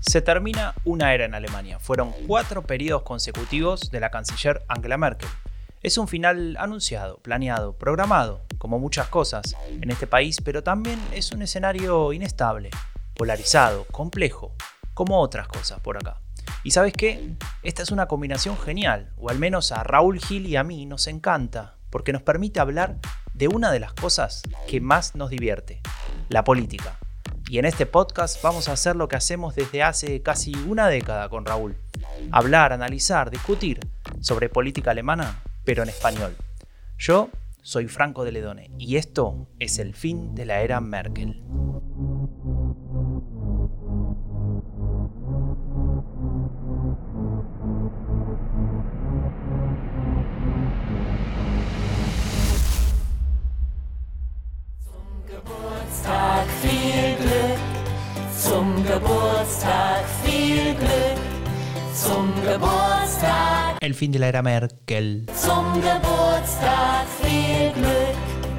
Se termina una era en Alemania. Fueron 4 periodos consecutivos de la canciller Angela Merkel. Es un final anunciado, planeado, programado, como muchas cosas en este país, pero también es un escenario inestable, polarizado, complejo, como otras cosas por acá. ¿Y sabes qué? Esta es una combinación genial, o al menos a Raúl Gil y a mí nos encanta, porque nos permite hablar de una de las cosas que más nos divierte, la política. Y en este podcast vamos a hacer lo que hacemos desde hace casi una década con Raúl. Hablar, analizar, discutir sobre política alemana, pero en español. Yo soy Franco de Ledone y esto es el fin de la era Merkel. Viel Glück, zum Geburtstag viel Glück, zum Geburtstag. El fin de la era Merkel. Zum Geburtstag viel Glück.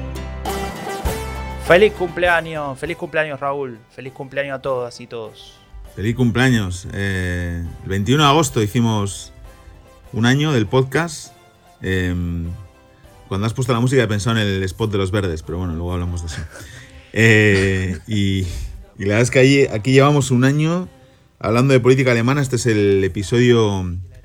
Feliz cumpleaños Raúl, feliz cumpleaños a todas y todos. Feliz cumpleaños. El 21 de agosto hicimos un año del podcast. Cuando has puesto la música he pensado en el spot de los verdes, pero bueno, luego hablamos de eso. Y la verdad es que aquí llevamos un año hablando de política alemana. Este es el episodio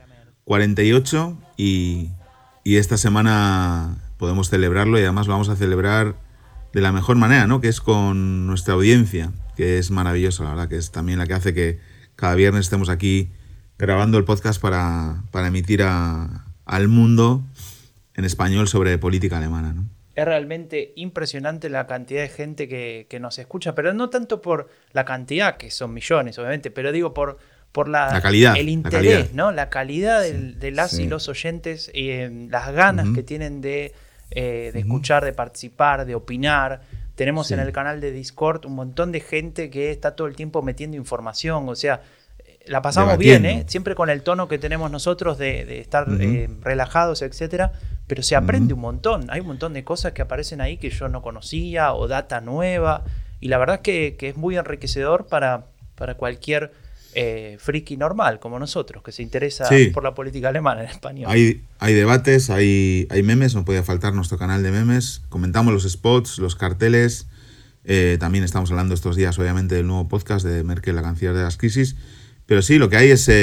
48 y esta semana podemos celebrarlo y además lo vamos a celebrar de la mejor manera, ¿no? Que es con nuestra audiencia, que es maravillosa, la verdad, que es también la que hace que cada viernes estemos aquí grabando el podcast para emitir al mundo en español sobre política alemana, ¿no? Es realmente impresionante la cantidad de gente que nos escucha, pero no tanto por la cantidad, que son millones, obviamente, pero digo por la calidad, el interés, la calidad, ¿no? La calidad de las y los oyentes, las ganas que tienen de escuchar, de participar, de opinar. Tenemos en el canal de Discord un montón de gente que está todo el tiempo metiendo información, o sea, la pasamos debatiendo bien, siempre con el tono que tenemos nosotros de estar relajados, etcétera. Pero se aprende un montón. Hay un montón de cosas que aparecen ahí que yo no conocía o data nueva. Y la verdad es que es muy enriquecedor para cualquier friki normal como nosotros, que se interesa por la política alemana en español. Hay debates, hay memes, no podía faltar nuestro canal de memes. Comentamos los spots, los carteles. También estamos hablando estos días, obviamente, del nuevo podcast de Merkel, la canciller de las crisis. Pero sí, lo que hay es...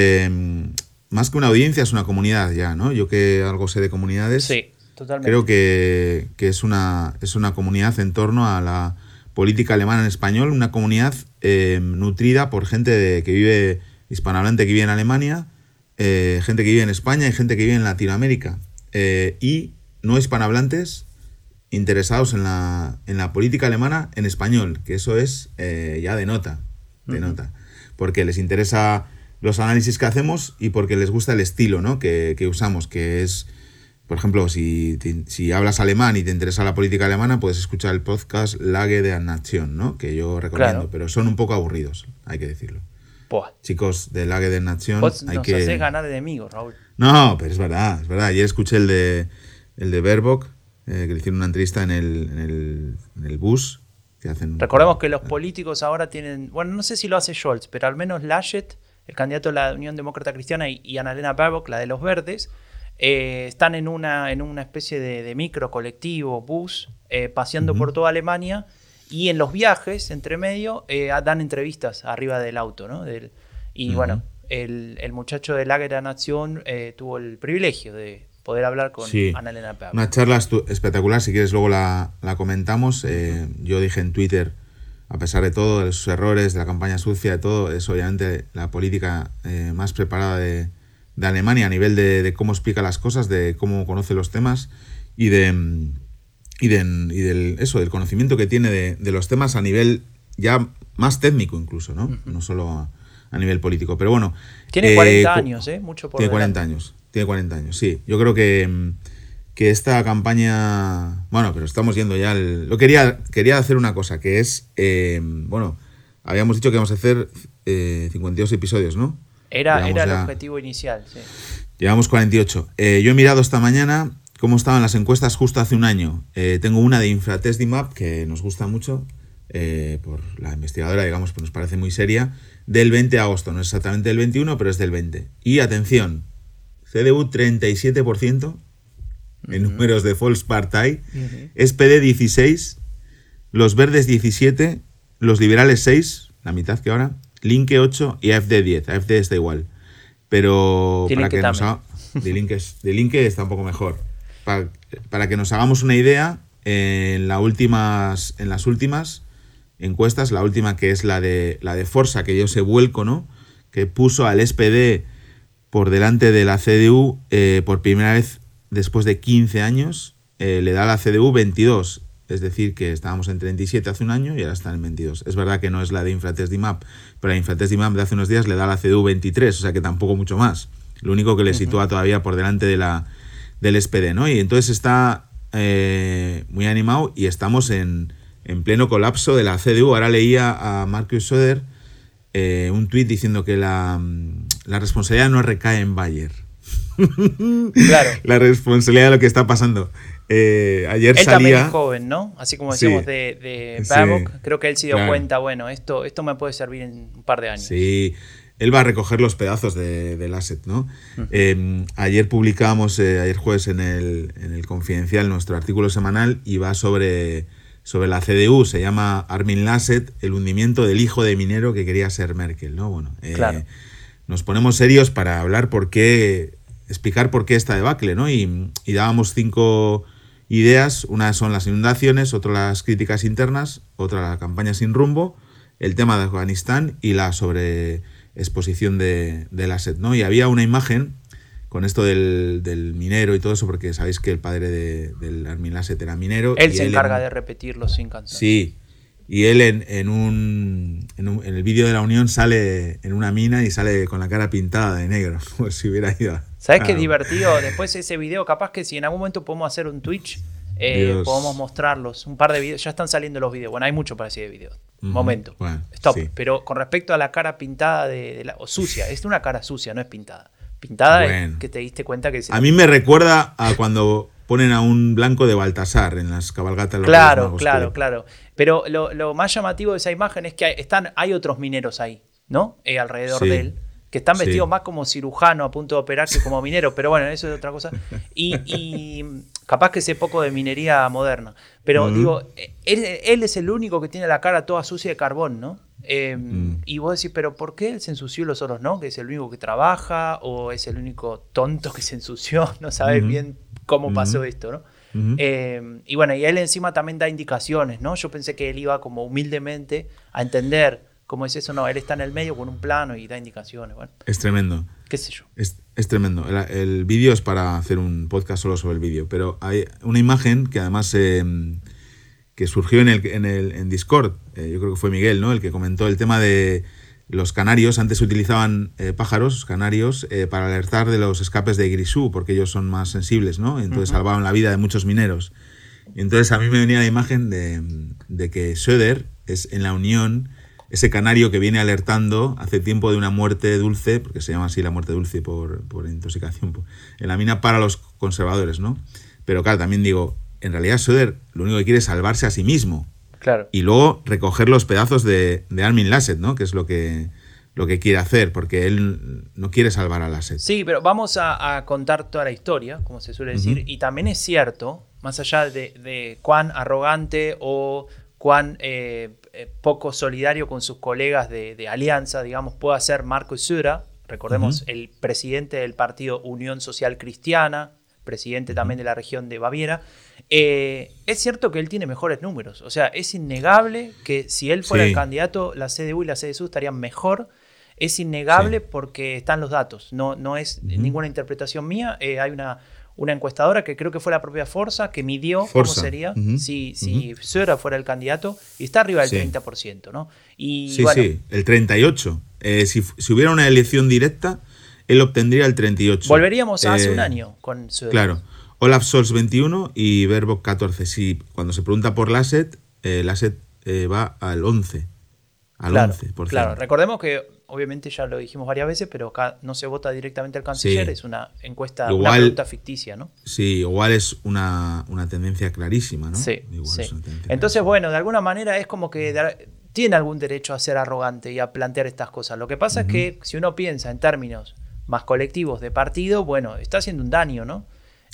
más que una audiencia, es una comunidad ya, ¿no? Yo que algo sé de comunidades, sí, totalmente. Creo que es una comunidad en torno a la política alemana en español, una comunidad nutrida por gente que vive hispanohablante, que vive en Alemania, gente que vive en España y gente que vive en Latinoamérica. Y no hispanohablantes interesados en la política alemana en español, que eso es ya de nota, porque les interesa los análisis que hacemos y porque les gusta el estilo, ¿no? que usamos, que es, por ejemplo, si hablas alemán y te interesa la política alemana, puedes escuchar el podcast Lage der Nation, ¿no? Que yo recomiendo, pero son un poco aburridos, hay que decirlo. Chicos de Lage der Nation, nos hacés ganar enemigos, Raúl. No, pero es verdad. Ayer escuché el de Baerbock, que le hicieron una entrevista en el bus. Recordemos que los políticos ahora tienen, bueno, no sé si lo hace Scholz, pero al menos Laschet, el candidato de la Unión Demócrata Cristiana, y Annalena Baerbock, la de los Verdes, están en una especie de micro colectivo, bus, paseando por toda Alemania, y en los viajes, entre medio, dan entrevistas arriba del auto, ¿no? Bueno, el muchacho de Lage der Nation tuvo el privilegio de poder hablar con Annalena Baerbock. Una charla espectacular, si quieres luego la comentamos. Yo dije en Twitter, a pesar de todo, de sus errores, de la campaña sucia, de todo, es obviamente la política más preparada de Alemania a nivel de cómo explica las cosas, de cómo conoce los temas y del conocimiento que tiene de los temas a nivel ya más técnico incluso, ¿no? No solo a nivel político. Pero bueno. Tiene 40 años, mucho por delante. Tiene 40 años, sí. Yo creo que esta campaña... Bueno, pero estamos yendo ya quería hacer una cosa, que es... habíamos dicho que íbamos a hacer 52 episodios, ¿no? Era el objetivo inicial, sí. Llevamos 48. Yo he mirado esta mañana cómo estaban las encuestas justo hace un año. Tengo una de Infratest DIMAP, que nos gusta mucho, por la investigadora, digamos, pues nos parece muy seria, del 20 de agosto, no es exactamente del 21, pero es del 20. Y atención, CDU 37% en números de Volkspartei, SPD 16, los Verdes 17, los Liberales 6, la mitad que ahora, Linke 8 y AfD 10. AfD está igual. Pero Die para Linke que nos haga, de Linke está un poco mejor. Para que nos hagamos una idea, en las últimas encuestas, la última que es la de Forza, que dio ese vuelco, ¿no? Que puso al SPD por delante de la CDU por primera vez después de 15 años, le da a la CDU 22. Es decir, que estábamos en 37 hace un año y ahora están en 22. Es verdad que no es la de Infratest DIMAP, pero la Infratest DIMAP de hace unos días le da a la CDU 23, o sea que tampoco mucho más. Lo único que le sitúa todavía por delante del SPD, ¿no? Y entonces está muy animado y estamos en pleno colapso de la CDU. Ahora leía a Markus Söder un tuit diciendo que la responsabilidad no recae en Bayer. Claro. La responsabilidad de lo que está pasando. Ayer él salía... también es joven, ¿no? Así como decíamos Sí, de Baerbock, sí, creo que él se dio claro. cuenta, bueno, esto me puede servir en un par de años. Sí, él va a recoger los pedazos del asset, ¿no? Ayer publicamos, ayer jueves en el Confidencial, nuestro artículo semanal y va sobre la CDU, se llama Armin Laschet, el hundimiento del hijo de minero que quería ser Merkel, ¿no? Bueno, Claro. Nos ponemos serios para hablar explicar por qué esta debacle, ¿no? Y dábamos 5 ideas, una son las inundaciones, otra las críticas internas, otra la campaña sin rumbo, el tema de Afganistán y la sobreexposición del asset, ¿no? Y había una imagen con esto del minero y todo eso, porque sabéis que el padre del Armin Laschet era minero. Él se encarga de repetirlo sin cansar. Sí, y él en el vídeo de la Unión sale en una mina y sale con la cara pintada de negro, como si hubiera ido. ¿Sabes qué divertido? Después ese video, capaz que si en algún momento podemos hacer un Twitch, podemos mostrarlos. Un par de videos, ya están saliendo los videos. Bueno, hay mucho para decir de videos. Momento. Bueno, Stop. sí. Pero con respecto a la cara pintada o sucia, es una cara sucia, no es pintada. Pintada es que te diste cuenta que... A mí me recuerda a cuando ponen a un blanco de Baltasar en las cabalgatas. Claro. Pero lo más llamativo de esa imagen es que hay otros mineros ahí, ¿no? Alrededor de él, que están vestidos más como cirujano a punto de operar que como minero, pero bueno, eso es otra cosa. Y capaz que sé poco de minería moderna, pero digo, él es el único que tiene la cara toda sucia de carbón, ¿no? Y vos decís, pero ¿por qué él se ensució y los otros no? ¿Que es el único que trabaja o es el único tonto que se ensució? No sabes bien cómo pasó esto, ¿no? Y bueno, y él encima también da indicaciones, ¿no? Yo pensé que él iba como humildemente a entender cómo es eso. No, él está en el medio con un plano y da indicaciones. Bueno, es tremendo. ¿Qué sé yo? Es tremendo. El vídeo es para hacer un podcast solo sobre el vídeo, pero hay una imagen que además que surgió en Discord. Yo creo que fue Miguel, ¿no? El que comentó el tema de los canarios. Antes se utilizaban pájaros canarios para alertar de los escapes de Grisú, porque ellos son más sensibles, ¿no? Entonces salvaban la vida de muchos mineros. Y entonces a mí me venía la imagen de que Söder es en la Unión ese canario que viene alertando hace tiempo de una muerte dulce, porque se llama así la muerte dulce por intoxicación en la mina para los conservadores, ¿no? Pero claro, también digo, en realidad Söder lo único que quiere es salvarse a sí mismo. Claro. Y luego recoger los pedazos de Armin Laschet, ¿no? Que es lo que quiere hacer, porque él no quiere salvar a Laschet. Sí, pero vamos a contar toda la historia, como se suele decir. Y también es cierto, más allá de cuán arrogante o cuán poco solidario con sus colegas de alianza, digamos, pueda ser Markus Söder, recordemos, el presidente del partido Unión Social Cristiana, presidente también de la región de Baviera. Es cierto que él tiene mejores números, o sea, es innegable que si él fuera el candidato, la CDU y la CSU estarían mejor. Es innegable porque están los datos, no es ninguna interpretación mía. Hay una encuestadora que creo que fue la propia Forza que midió cómo sería si Söder fuera el candidato y está arriba del 30%, ¿no? Y bueno, el 38%. Si hubiera una elección directa, él obtendría el 38%. Volveríamos a hace un año con Söder. Claro. Olaf Scholz 21 y Baerbock 14. Sí, cuando se pregunta por Laschet, Laschet va al 11%. al Claro, 11%. claro. Recordemos que, obviamente ya lo dijimos varias veces, pero acá no se vota directamente al canciller, Sí. es una encuesta, Igual- una pregunta ficticia, ¿no? Sí, igual es una tendencia clarísima, ¿no? Sí, Igual sí. es una tendencia Entonces, clarísima. bueno, de alguna manera es como que tiene algún derecho a ser arrogante y a plantear estas cosas. Lo que pasa es que si uno piensa en términos más colectivos de partido, bueno, está haciendo un daño, ¿no?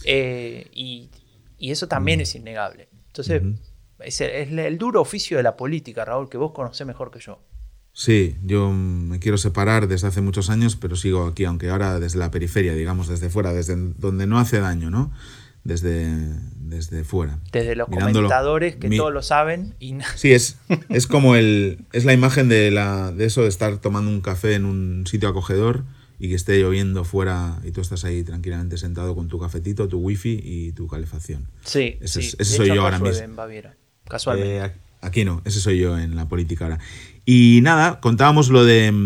Y eso también es innegable. Entonces, es el duro oficio de la política, Raúl, que vos conocés mejor que yo. Sí, yo me quiero separar desde hace muchos años, pero sigo aquí, aunque ahora desde la periferia, digamos, desde fuera, desde donde no hace daño, ¿no? Desde fuera. Desde los Mirándolo. comentadores que todos lo saben y Sí, es como es la imagen de eso de estar tomando un café en un sitio acogedor y que esté lloviendo fuera y tú estás ahí tranquilamente sentado con tu cafetito, tu wifi y tu calefacción. sí, Ese sí. soy De hecho, yo no ahora llueve mismo. en Baviera, casualmente. Aquí no, ese soy yo en la política ahora. Y nada, contábamos lo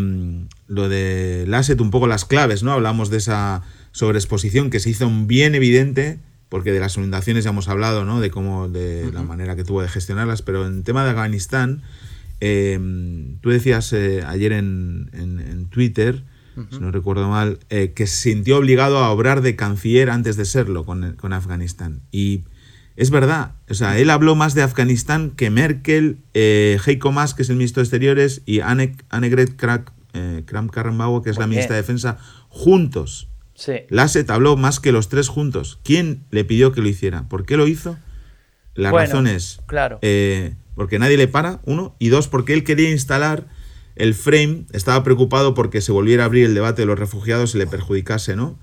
de Laschet, un poco las claves, ¿no? Hablamos de esa sobreexposición que se hizo bien evidente, porque de las inundaciones ya hemos hablado, ¿no? De la manera que tuvo de gestionarlas, pero en tema de Afganistán, tú decías ayer en Twitter, si no recuerdo mal, que se sintió obligado a obrar de canciller antes de serlo con Afganistán. Y es verdad, o sea, él habló más de Afganistán que Merkel, Heiko Maas, que es el ministro de Exteriores, y Annegret Kramp-Karrenbauer, que es la Muy ministra de bien. Defensa, juntos. Sí. Laschet habló más que los tres juntos. ¿Quién le pidió que lo hiciera? ¿Por qué lo hizo? La Bueno, razón es claro. porque nadie le para, uno, y dos, porque él quería instalar el frame, estaba preocupado porque se volviera a abrir el debate de los refugiados y le perjudicase, ¿no?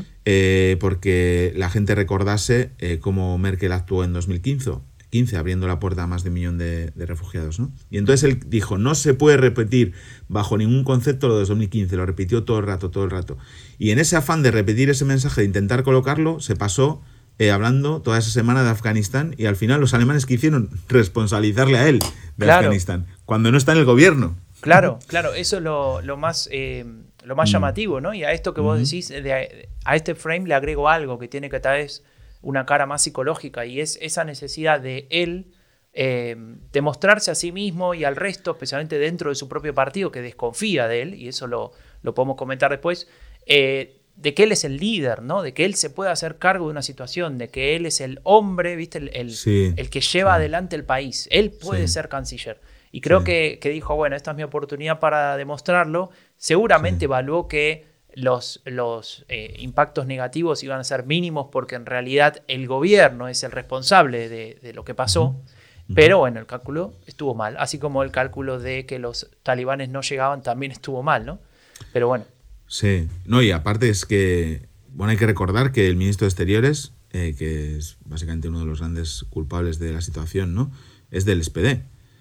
Porque la gente recordase cómo Merkel actuó en 2015, abriendo la puerta a más de 1 millón de refugiados, ¿no? Y entonces él dijo, no se puede repetir bajo ningún concepto lo de 2015, lo repitió todo el rato. Y en ese afán de repetir ese mensaje, de intentar colocarlo, se pasó hablando toda esa semana de Afganistán y al final los alemanes que hicieron responsabilizarle a él de Claro. Afganistán, cuando no está en el gobierno. Claro, eso es lo más llamativo, ¿no? Y a esto que vos decís, a este frame le agrego algo que tiene que tal vez una cara más psicológica y es esa necesidad de él demostrarse a sí mismo y al resto, especialmente dentro de su propio partido, que desconfía de él, y eso lo podemos comentar después, de que él es el líder, ¿no? De que él se puede hacer cargo de una situación, de que él es el hombre, ¿viste? El que lleva adelante el país. Él puede ser canciller. Y creo que dijo, bueno, esta es mi oportunidad para demostrarlo. Seguramente evaluó que los impactos negativos iban a ser mínimos porque en realidad el gobierno es el responsable de lo que pasó. Pero bueno, el cálculo estuvo mal. Así como el cálculo de que los talibanes no llegaban también estuvo mal, ¿no? Pero bueno. Sí, no, y aparte es que, bueno, hay que recordar que el ministro de Exteriores, que es básicamente uno de los grandes culpables de la situación, ¿no? Es del SPD.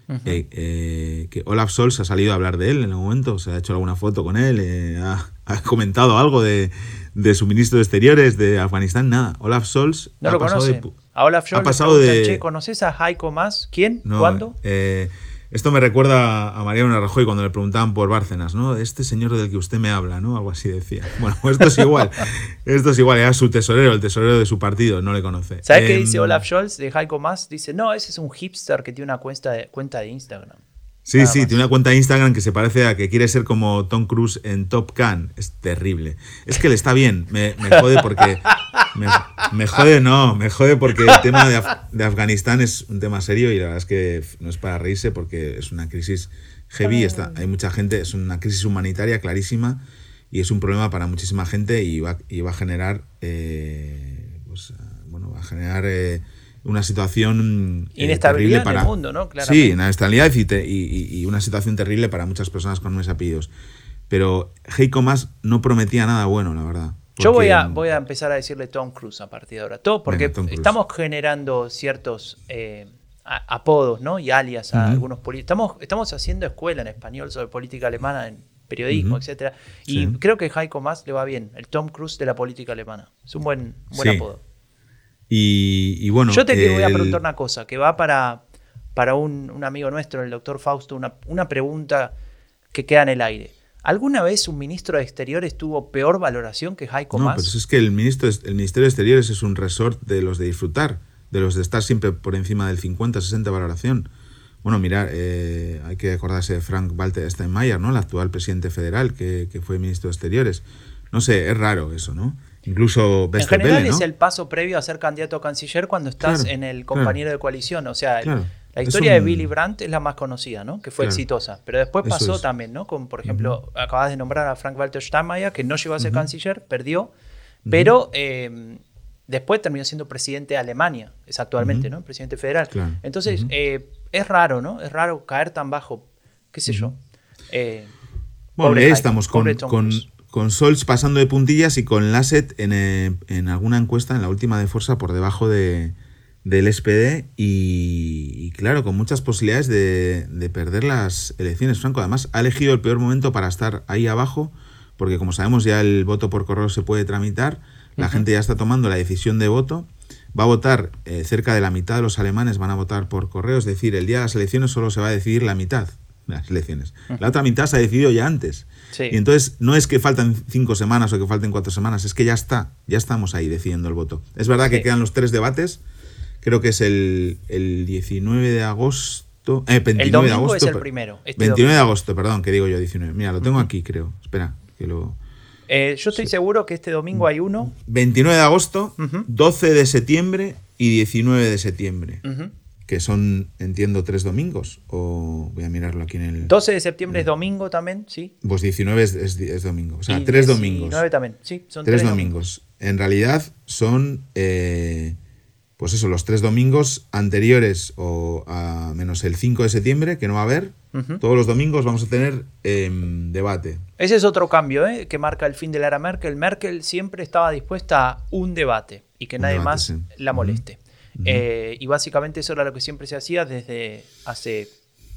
Que Olaf Scholz ha salido a hablar de él en algún momento, se ha hecho alguna foto con él, ha comentado algo de su ministro de Exteriores de Afganistán, nada. Olaf Scholz No ha lo pasado conoce. A Olaf Scholz ha le pasado preguntan, de... che, ¿conoces a Heiko Maas? ¿Quién? No, ¿Cuándo? Esto me recuerda a Mariano Rajoy cuando le preguntaban por Bárcenas, ¿no? Este señor del que usted me habla, ¿no? Algo así decía. Bueno, pues esto es igual. Era su tesorero, el tesorero de su partido, no le conoce. ¿Sabes qué dice Olaf Scholz de Heiko Maas? Dice, no, ese es un hipster que tiene una cuenta de Instagram. Sí, Nada sí, más. tiene una cuenta de Instagram que se parece a que quiere ser como Tom Cruise en Top Gun. Es terrible. Es que le está bien. Me jode porque... Me jode porque el tema de Afganistán es un tema serio y la verdad es que no es para reírse porque es una crisis heavy. Hay mucha gente, es una crisis humanitaria clarísima y es un problema para muchísima gente y va a generar... va a generar... una situación Inestabilidad terrible en el mundo, ¿no? Claramente. Sí, inestabilidad y una situación terrible para muchas personas con nombres y apellidos. Pero Heiko Maas no prometía nada bueno, la verdad. Yo voy a empezar a decirle Tom Cruise a partir de ahora. Todo porque Tom Cruise. estamos generando ciertos apodos, ¿no? Y alias a algunos políticos. Estamos haciendo escuela en español sobre política alemana, en periodismo, etcétera. Y creo que Heiko Maas le va bien. El Tom Cruise de la política alemana. Es un buen apodo. Y bueno... Yo te voy a preguntar una cosa, que va para un amigo nuestro, el doctor Fausto, una pregunta que queda en el aire. ¿Alguna vez un ministro de Exteriores tuvo peor valoración que Heiko Maas? No, pero es que el Ministerio de Exteriores es un resort de los de disfrutar, de los de estar siempre por encima del 50-60 valoración. Bueno, mira, hay que acordarse de Frank-Walter Steinmeier, ¿no? El actual presidente federal que fue ministro de Exteriores. No sé, es raro eso, ¿no? Incluso en general Westerwelle, ¿no? es el paso previo a ser candidato a canciller cuando estás en el compañero de coalición. O sea, la historia de Willy Brandt es la más conocida, ¿no? Que fue exitosa. Pero después pasó también, ¿no? Como por ejemplo, acabas de nombrar a Frank-Walter Steinmeier, que no llegó a ser canciller, perdió, pero después terminó siendo presidente de Alemania, es actualmente, ¿no? Presidente federal. Entonces, es raro, ¿no? Es raro caer tan bajo, qué sé yo. Bueno, ahí estamos con Scholz pasando de puntillas y con Laschet en alguna encuesta, en la última de Forza, por debajo del SPD y claro, con muchas posibilidades de perder las elecciones. Franco, además, ha elegido el peor momento para estar ahí abajo, porque como sabemos ya el voto por correo se puede tramitar, la gente ya está tomando la decisión de voto, va a votar, cerca de la mitad de los alemanes van a votar por correo, es decir, el día de las elecciones solo se va a decidir la mitad de las elecciones. La otra mitad se ha decidido ya antes. Sí. Y entonces no es que faltan 5 semanas o que falten 4 semanas, es que ya estamos ahí decidiendo el voto. Es verdad que quedan los 3 debates, creo que es el 19 de agosto. 29 el domingo de agosto, es el primero. 29 de agosto, perdón, que digo yo 19. Mira, lo tengo aquí, creo. Espera, que lo... yo estoy seguro que este domingo hay uno. 29 de agosto, 12 de septiembre y 19 de septiembre. Que son, entiendo, 3 domingos. O voy a mirarlo aquí en el... 12 de septiembre es domingo también, sí. Pues 19 es domingo. O sea, 3 domingos. 19 también, sí. Son 3 domingos. En realidad son, pues eso, los 3 domingos anteriores o a menos el 5 de septiembre, que no va a haber. Todos los domingos vamos a tener debate. Ese es otro cambio que marca el fin de la era Merkel. Merkel siempre estaba dispuesta a un debate y que nadie más la moleste. Y básicamente eso era lo que siempre se hacía desde hace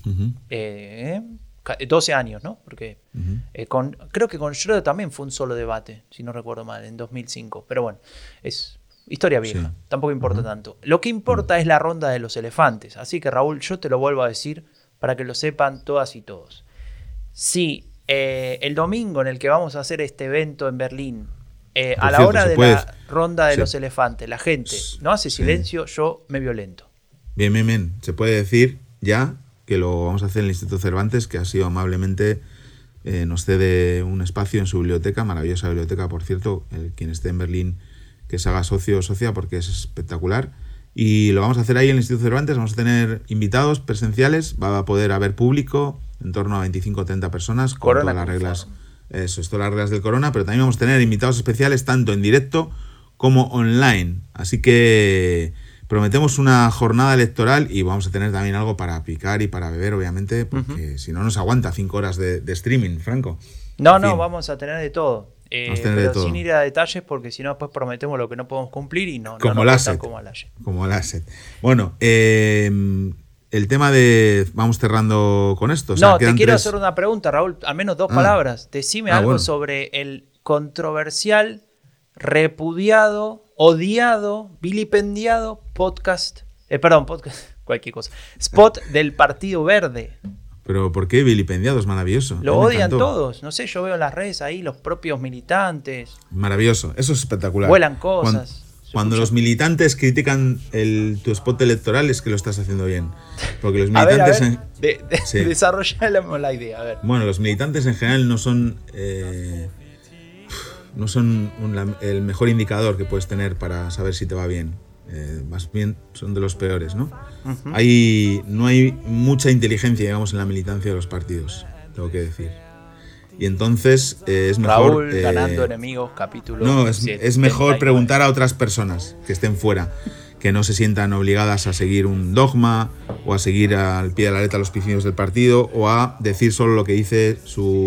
12 años, ¿no? Porque creo que con Schröder también fue un solo debate, si no recuerdo mal, en 2005. Pero bueno, es historia vieja, tampoco importa tanto. Lo que importa es la ronda de los elefantes. Así que, Raúl, yo te lo vuelvo a decir para que lo sepan todas y todos. Si el domingo en el que vamos a hacer este evento en Berlín, a la hora de la ronda de los elefantes, la gente no hace silencio, yo me violento. Bien. Se puede decir ya que lo vamos a hacer en el Instituto Cervantes, que ha sido amablemente, nos cede un espacio en su biblioteca, maravillosa biblioteca, por cierto, quien esté en Berlín, que se haga socio o socia, porque es espectacular. Y lo vamos a hacer ahí en el Instituto Cervantes, vamos a tener invitados presenciales, va a poder haber público, en torno a 25 o 30 personas, con todas las reglas. Eso es, todas las reglas del corona, pero también vamos a tener invitados especiales tanto en directo como online. Así que prometemos una jornada electoral y vamos a tener también algo para picar y para beber, obviamente, porque si no nos aguanta 5 horas de streaming, Franco. No, vamos a tener de todo. Pero sin ir a detalles, porque si no después prometemos lo que no podemos cumplir y no como nos como Laschet. Bueno, el tema de... Vamos cerrando con esto. O sea, te quiero hacer una pregunta, Raúl. Al menos 2 palabras. Decime algo sobre el controversial, repudiado, odiado, vilipendiado podcast... cualquier cosa. Spot del Partido Verde. Pero ¿por qué vilipendiado? Es maravilloso. Lo odian todos. No sé, yo veo en las redes ahí los propios militantes. Maravilloso. Eso es espectacular. Vuelan cosas. Cuando los militantes critican tu spot electoral es que lo estás haciendo bien. Porque los militantes... Desarrolla la idea. A ver. Bueno, los militantes en general no son el mejor indicador que puedes tener para saber si te va bien. Más bien son de los peores, ¿no? No hay mucha inteligencia, digamos, en la militancia de los partidos, tengo que decir. Y entonces es mejor... Raúl ganando enemigos, capítulo... No, es mejor preguntar a otras personas que estén fuera, que no se sientan obligadas a seguir un dogma o a seguir al pie de la letra los principios del partido o a decir solo lo que dice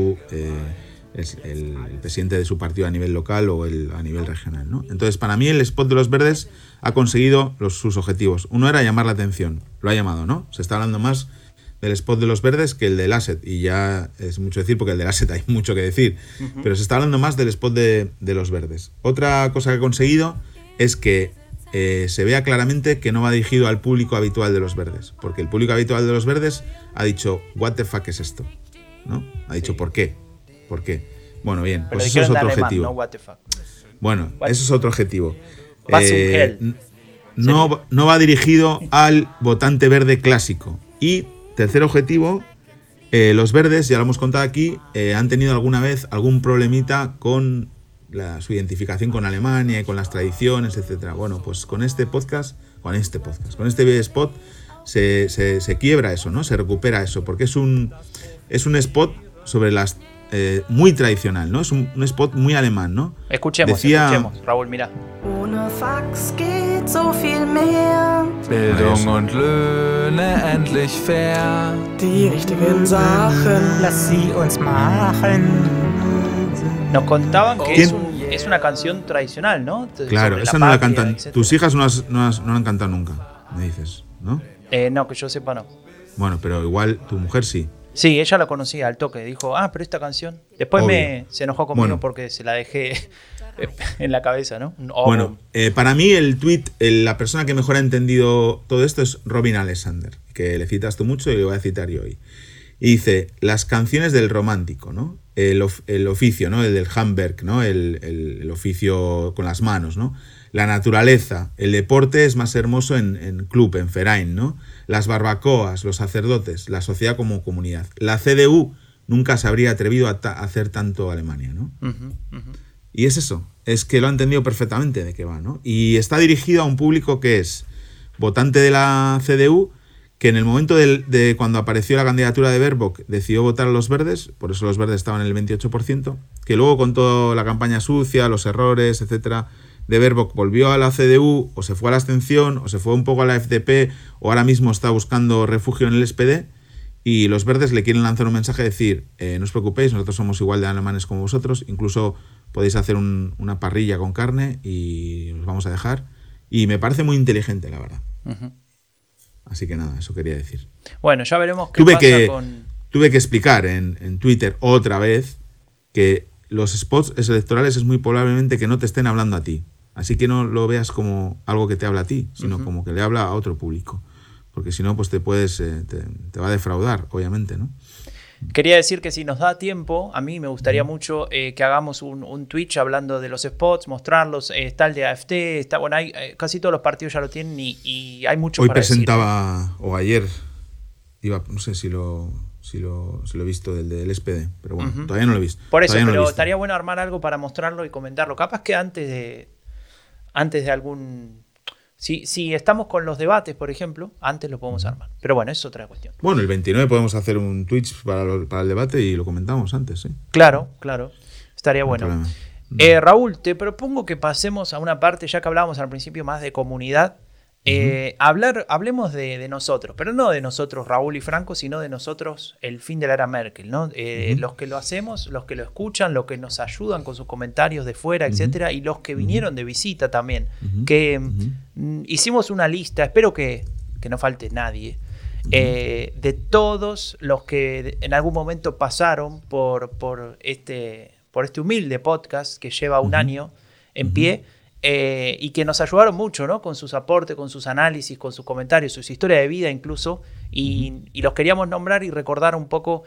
el presidente de su partido a nivel local o a nivel regional, ¿no? Entonces, para mí el spot de los verdes ha conseguido sus objetivos. Uno era llamar la atención, lo ha llamado, ¿no? Se está hablando más del spot de los verdes que el de Laschet, y ya es mucho decir porque el de Laschet hay mucho que decir, pero se está hablando más del spot de los verdes. Otra cosa que ha conseguido es que se vea claramente que no va dirigido al público habitual de los verdes, porque el público habitual de los verdes ha dicho, what the fuck es esto, ¿no? Ha dicho, ¿por qué? Bueno, bien, pues eso es otro objetivo. No, what the fuck. Bueno, eso es otro objetivo. No va dirigido al votante verde clásico. Y tercer objetivo, los verdes, ya lo hemos contado aquí, han tenido alguna vez algún problemita con su identificación con Alemania y con las tradiciones, etcétera. Bueno, pues con este spot se quiebra eso, ¿no? Se recupera eso, porque es un spot sobre las muy tradicional, ¿no? Es un spot muy alemán, ¿no? Escuchemos, Raúl, mira. Ohne Fax geht so viel mehr. Bildung und Löhne endlich fair. Die richtigen Sachen, lass sie uns machen. Nos contaban que es una canción tradicional, ¿no? Claro, esa no la cantan. Etcétera. Tus hijas no la han cantado nunca, me dices, ¿no? No, que yo sepa no. Bueno, pero igual tu mujer sí. Sí, ella la conocía al toque. Dijo, pero esta canción. Después se enojó conmigo porque se la dejé en la cabeza, ¿no? Bueno, para mí la persona que mejor ha entendido todo esto es Robin Alexander, que le citas tú mucho y le voy a citar yo hoy. Y dice, las canciones del romántico, ¿no? El oficio, ¿no? El del Handwerk, ¿no? El oficio con las manos, ¿no? La naturaleza, el deporte es más hermoso en club, en Verein, ¿no? Las barbacoas, los sacerdotes, la sociedad como comunidad. La CDU nunca se habría atrevido a hacer tanto Alemania, ¿no? Y es eso, es que lo ha entendido perfectamente de qué va, ¿no? Y está dirigido a un público que es votante de la CDU, que en el momento de cuando apareció la candidatura de Baerbock decidió votar a los verdes, por eso los verdes estaban en el 28%, que luego con toda la campaña sucia, los errores, etcétera, de Baerbock volvió a la CDU, o se fue a la abstención, o se fue un poco a la FDP, o ahora mismo está buscando refugio en el SPD, y los verdes le quieren lanzar un mensaje de decir, no os preocupéis, nosotros somos igual de alemanes como vosotros, incluso podéis hacer una parrilla con carne y os vamos a dejar. Y me parece muy inteligente, la verdad. Así que nada, eso quería decir. Bueno, ya veremos qué pasa con... Tuve que explicar en Twitter otra vez que los spots electorales es muy probablemente que no te estén hablando a ti. Así que no lo veas como algo que te habla a ti, sino como que le habla a otro público. Porque si no, pues te va a defraudar, obviamente, ¿no? Quería decir que si nos da tiempo, a mí me gustaría mucho que hagamos un Twitch hablando de los spots, mostrarlos. Está el de AfD, casi todos los partidos ya lo tienen y hay mucho hoy para presentaba, decir. O ayer, no sé si lo he visto del SPD, pero bueno, todavía no lo he visto. Por eso, pero estaría bueno armar algo para mostrarlo y comentarlo. Capaz que antes de algún... Si estamos con los debates, por ejemplo, antes lo podemos armar. Pero bueno, es otra cuestión. Bueno, el 29 podemos hacer un Twitch para el debate y lo comentamos antes, ¿sí? Claro. Estaría bueno. Raúl, te propongo que pasemos a una parte, ya que hablábamos al principio más de comunidad. Hablemos de nosotros, pero no de nosotros, Raúl y Franco, sino de nosotros, el fin de la era Merkel, ¿no? Los que lo hacemos, los que lo escuchan, los que nos ayudan con sus comentarios de fuera, etcétera, y los que vinieron de visita también, que hicimos una lista, espero que no falte nadie, de todos los que en algún momento pasaron por este humilde podcast que lleva un año en pie. Y que nos ayudaron mucho, ¿no? Con sus aportes, con sus análisis, con sus comentarios, sus historias de vida incluso, y los queríamos nombrar y recordar un poco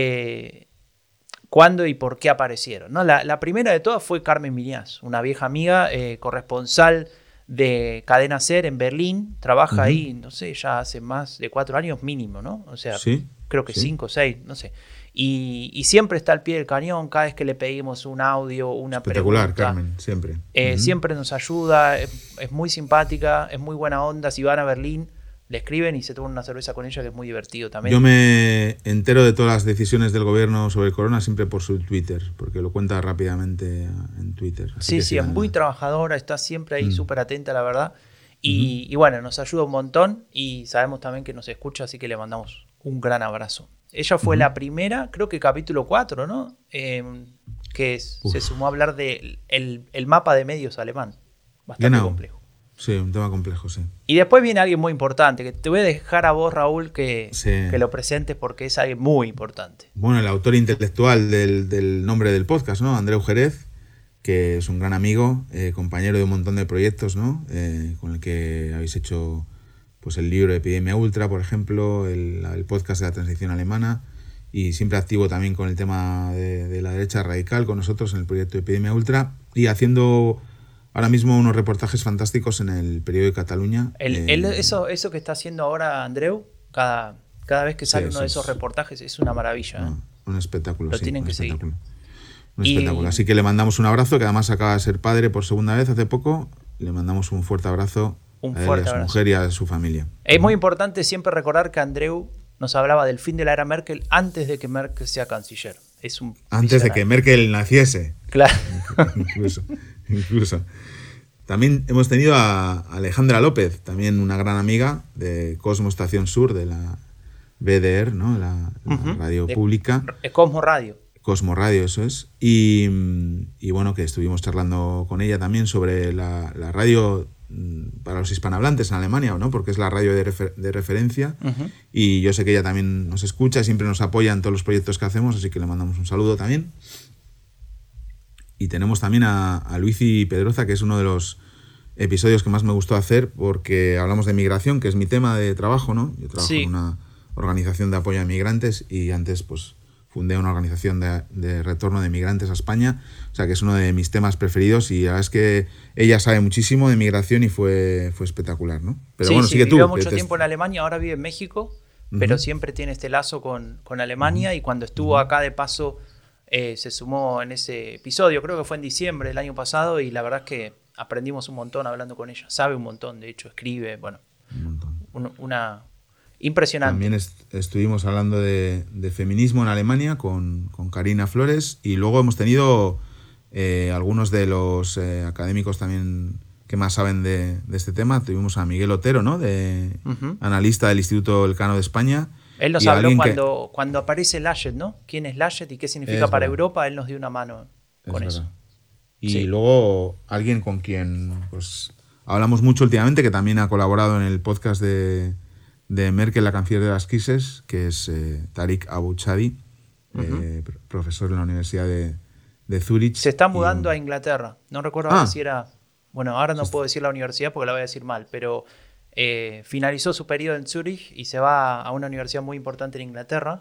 cuándo y por qué aparecieron, ¿no? La primera de todas fue Carmen Miñaz, una vieja amiga, corresponsal de Cadena SER en Berlín, trabaja ahí, no sé, ya hace más de 4 años mínimo, ¿no? O sea, creo que 5 o 6, no sé. Y siempre está al pie del cañón, cada vez que le pedimos un audio, una pregunta. Espectacular, Carmen, siempre. Siempre nos ayuda, es muy simpática, es muy buena onda. Si van a Berlín, le escriben y se toman una cerveza con ella, que es muy divertido también. Yo me entero de todas las decisiones del gobierno sobre el corona siempre por su Twitter, porque lo cuenta rápidamente en Twitter. Sí, es muy trabajadora, está siempre ahí súper atenta, la verdad. Y bueno, nos ayuda un montón y sabemos también que nos escucha, así que le mandamos un gran abrazo. Ella fue la primera, creo que capítulo 4, ¿no? Se sumó a hablar del el mapa de medios alemán. Bastante complejo. Sí, un tema complejo, sí. Y después viene alguien muy importante, que te voy a dejar a vos, Raúl, que lo presentes porque es alguien muy importante. Bueno, el autor intelectual del nombre del podcast, ¿no? Andreu Jerez, que es un gran amigo, compañero de un montón de proyectos, ¿no? Con el que habéis hecho... pues el libro de Epidemia Ultra, por ejemplo, el podcast de la transición alemana, y siempre activo también con el tema de la derecha radical con nosotros en el proyecto de Epidemia Ultra, y haciendo ahora mismo unos reportajes fantásticos en el periódico de Cataluña. Eso que está haciendo ahora Andreu, cada Cada vez que sale Sí, uno de esos reportajes es una maravilla. No, un espectáculo. Lo sí, tienen un que seguir. espectáculo. Un espectáculo. Así que le mandamos un abrazo, que además acaba de ser padre por segunda vez hace poco. Le mandamos un fuerte abrazo a él, a su mujer y a su familia. Es muy importante siempre recordar que Andreu nos hablaba del fin de la era Merkel antes de que Merkel sea canciller. Es un Antes de que Merkel naciese. Claro. Incluso. También hemos tenido a Alejandra López, también una gran amiga de Cosmo Estación Sur, de la BDR, ¿no? La radio pública. Cosmo Radio. Cosmo Radio, eso es. Y bueno, que estuvimos charlando con ella también sobre la radio para los hispanohablantes en Alemania, ¿no? Porque es la radio de referencia. Y yo sé que ella también nos escucha y siempre nos apoya en todos los proyectos que hacemos, así que le mandamos un saludo también. Y tenemos también a Luisi Pedroza, que es uno de los episodios que más me gustó hacer, porque hablamos de migración, que es mi tema de trabajo, ¿no? Yo trabajo en una organización de apoyo a migrantes y antes pues fundé una organización de retorno de migrantes a España, o sea que es uno de mis temas preferidos y la verdad es que ella sabe muchísimo de migración y fue espectacular, ¿no? Pero sí, bueno, sigue tú. Vivió mucho tiempo en Alemania, ahora vive en México, pero siempre tiene este lazo con Alemania y cuando estuvo acá de paso se sumó en ese episodio, creo que fue en diciembre del año pasado y la verdad es que aprendimos un montón hablando con ella, sabe un montón, de hecho escribe, bueno, una impresionante. También estuvimos hablando de feminismo en Alemania con Karina Flores y luego hemos tenido algunos de los académicos también que más saben de este tema. Tuvimos a Miguel Otero, ¿no? Analista del Instituto Elcano de España. Él nos habló cuando aparece Laschet, ¿no? ¿Quién es Laschet y qué significa para Europa? Él nos dio una mano con eso. Y luego alguien con quien pues hablamos mucho últimamente, que también ha colaborado en el podcast de Merkel, la canciller de las crisis, que es Tariq Abu Chadi, profesor en la Universidad de Zúrich. Se está mudando a Inglaterra. No recuerdo si era... Bueno, ahora no puedo decir la universidad porque la voy a decir mal, pero finalizó su periodo en Zúrich y se va a una universidad muy importante en Inglaterra.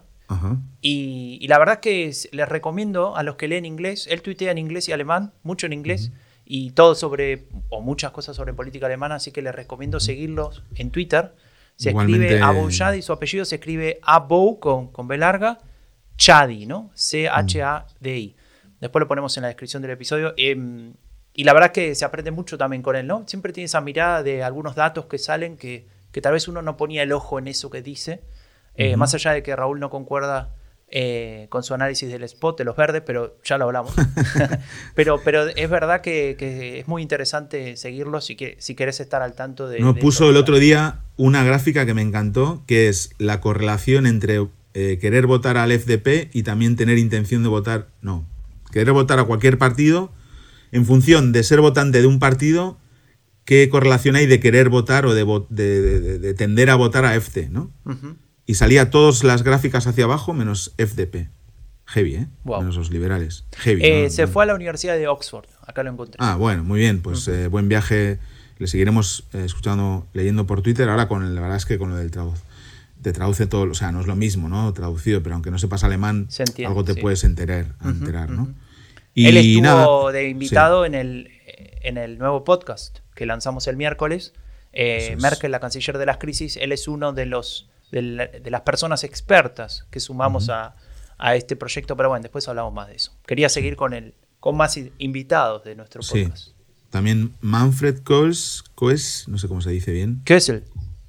Y la verdad es que les recomiendo a los que leen inglés, él tuitea en inglés y alemán, mucho en inglés, y todo muchas cosas sobre política alemana, así que les recomiendo seguirlos en Twitter. Se escribe Abu Chadi, su apellido se escribe Abu con B larga, Chadi, ¿no? C-H-A-D-I. Después lo ponemos en la descripción del episodio. Y la verdad es que se aprende mucho también con él, ¿no? Siempre tiene esa mirada de algunos datos que salen que tal vez uno no ponía el ojo en eso que dice. Más allá de que Raúl no concuerda con su análisis del spot de los verdes, pero ya lo hablamos. pero es verdad que es muy interesante seguirlo si querés estar al tanto de... puso el otro día una gráfica que me encantó, que es la correlación entre querer votar al FDP y también tener intención de votar... No, querer votar a cualquier partido en función de ser votante de un partido, qué correlación hay de querer votar o de tender a votar a FD, ¿no? Y salía todas las gráficas hacia abajo menos FDP. Heavy, ¿eh? Wow. Menos los liberales. Heavy. Se fue a la Universidad de Oxford. Acá lo encontré. Bueno, muy bien. Pues buen viaje. Le seguiremos leyendo por Twitter. Ahora la verdad es que con lo del te traduce todo. O sea, no es lo mismo, ¿no? Traducido, pero aunque no sepas alemán, algo te puedes enterar, ¿no? Y él estuvo de invitado en el nuevo podcast que lanzamos el miércoles. Merkel, la canciller de las crisis. Él es uno de las personas expertas que sumamos a este proyecto, pero bueno, después hablamos más de eso. Quería seguir con más invitados de nuestro podcast. También Manfred Koes, no sé cómo se dice bien. Kösel,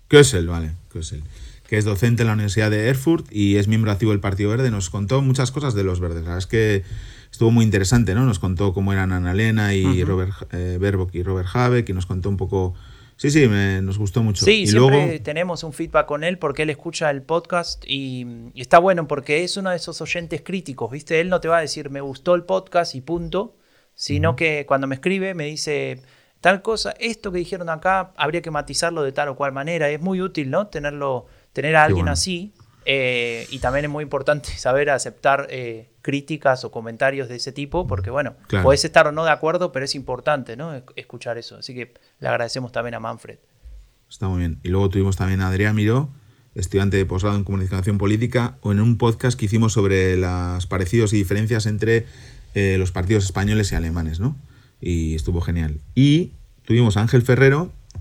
que es docente en la Universidad de Erfurt y es miembro activo del Partido Verde. Nos contó muchas cosas de los verdes. La verdad es que estuvo muy interesante, ¿no? Nos contó cómo eran Annalena y Robert Baerbock y Robert Habeck, y nos contó un poco... Sí, nos gustó mucho. Sí, y siempre luego... tenemos un feedback con él porque él escucha el podcast y está bueno porque es uno de esos oyentes críticos, ¿viste? Él no te va a decir me gustó el podcast y punto, sino que cuando me escribe me dice tal cosa, esto que dijeron acá habría que matizarlo de tal o cual manera. Es muy útil, ¿no? Tener a alguien así. Y también es muy importante saber aceptar críticas o comentarios de ese tipo porque, bueno, podés estar o no de acuerdo, pero es importante, ¿no? Escuchar eso. Así que le agradecemos también a Manfred. Está muy bien. Y luego tuvimos también a Adrián Miró, estudiante de posgrado en Comunicación Política, en un podcast que hicimos sobre los parecidos y diferencias entre los partidos españoles y alemanes, ¿no? Y estuvo genial. Y tuvimos a Ángel Ferrero,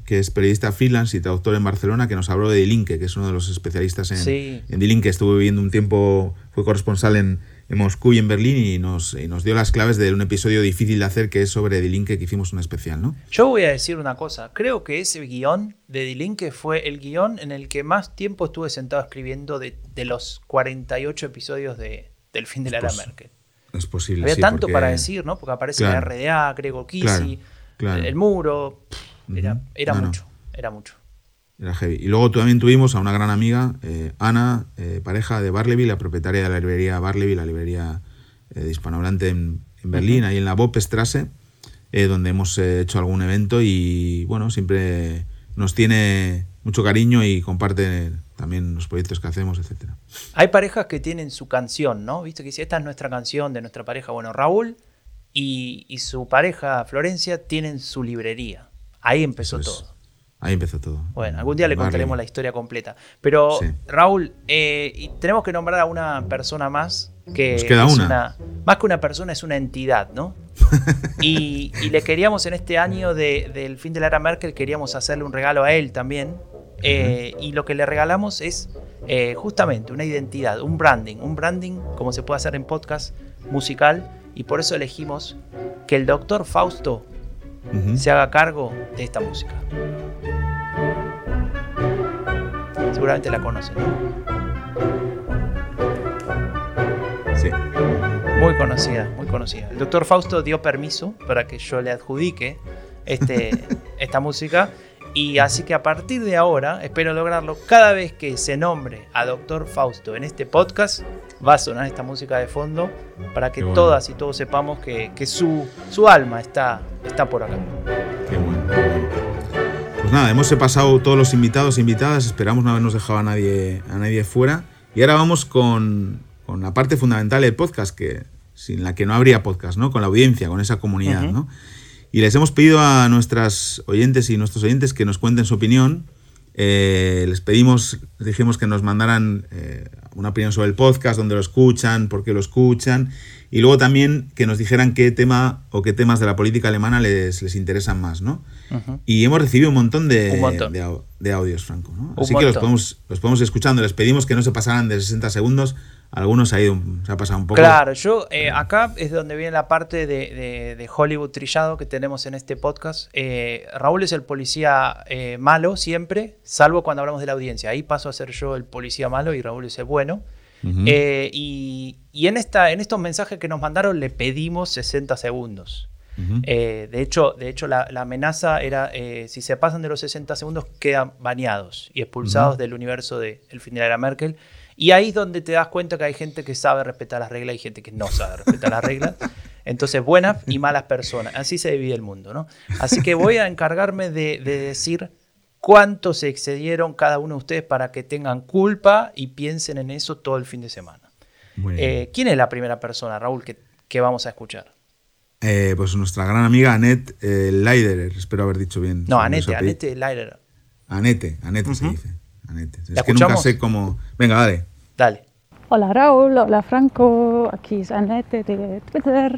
que es periodista freelance y traductor en Barcelona, que nos habló de Die Linke, que es uno de los especialistas en Die Linke. Estuvo viviendo un tiempo, fue corresponsal en Moscú y en Berlín y nos dio las claves de un episodio difícil de hacer, que es sobre Die Linke, que hicimos un especial, ¿no? Yo voy a decir una cosa. Creo que ese guión de Die Linke fue el guión en el que más tiempo estuve sentado escribiendo de los 48 episodios del fin de la era Merkel. Es posible, Había sí, tanto porque, para decir, ¿no? Porque aparece claro, la RDA, Gregor Gysi, claro. el muro. Era mucho. Era heavy. Y luego también tuvimos a una gran amiga, Ana, pareja de Barleby, la propietaria de la librería Barleby, la librería de hispanohablante en Berlín, ahí en la Boppstrasse, donde hemos hecho algún evento y bueno, siempre nos tiene mucho cariño y comparte también los proyectos que hacemos, etcétera. Hay parejas que tienen su canción, ¿no? Viste que si esta es nuestra canción de nuestra pareja, bueno, Raúl y su pareja Florencia tienen su librería. Ahí empezó todo. Ahí empezó todo. Bueno, algún día le contaremos la historia completa. Pero, sí. Raúl, y tenemos que nombrar a una persona más que nos queda es una. Más que una persona, es una entidad, ¿no? y le queríamos en este año del fin de la era Merkel, queríamos hacerle un regalo a él también. Y lo que le regalamos es justamente una identidad, un branding como se puede hacer en podcast musical. Y por eso elegimos que el Dr. Fausto se haga cargo de esta música. Seguramente la conocen, ¿no? Sí. Muy conocida, muy conocida. El Dr. Fausto dio permiso para que yo le adjudique esta música. Y así que a partir de ahora, espero lograrlo, cada vez que se nombre a Dr. Fausto en este podcast, va a sonar esta música de fondo para que todas y todos sepamos que su alma está por acá. Qué bueno. Pues nada, hemos pasado todos los invitados e invitadas, esperamos no habernos dejado a nadie fuera. Y ahora vamos con la parte fundamental del podcast, sin la que no habría podcast, ¿no? Con la audiencia, con esa comunidad, ¿no? Y les hemos pedido a nuestras oyentes y nuestros oyentes que nos cuenten su opinión. Les dijimos que nos mandaran una opinión sobre el podcast, dónde lo escuchan, por qué lo escuchan, y luego también que nos dijeran qué tema o qué temas de la política alemana les interesan más, ¿no? Y hemos recibido un montón de audios, Franco, ¿no? Así que los podemos ir escuchando. Les pedimos que no se pasaran de 60 segundos. Algunos se ha pasado un poco. Claro, yo acá es donde viene la parte de Hollywood trillado que tenemos en este podcast. Raúl es el policía malo siempre, salvo cuando hablamos de la audiencia. Ahí paso a ser yo el policía malo y Raúl es el bueno. Y en estos mensajes que nos mandaron le pedimos 60 segundos. De hecho la amenaza era si se pasan de los 60 segundos quedan baneados y expulsados del universo del fin de la era Merkel. Y ahí es donde te das cuenta que hay gente que sabe respetar las reglas y gente que no sabe respetar las reglas. Entonces, buenas y malas personas. Así se divide el mundo, ¿no? Así que voy a encargarme de decir cuánto se excedieron cada uno de ustedes para que tengan culpa y piensen en eso todo el fin de semana. ¿Quién es la primera persona, Raúl, que vamos a escuchar? Pues nuestra gran amiga Annette Leiderer, espero haber dicho bien. No, Annette Leiderer. Annette se dice. Es que nunca sé cómo... Venga, dale. Hola Raúl, hola Franco, aquí es Annette de Twitter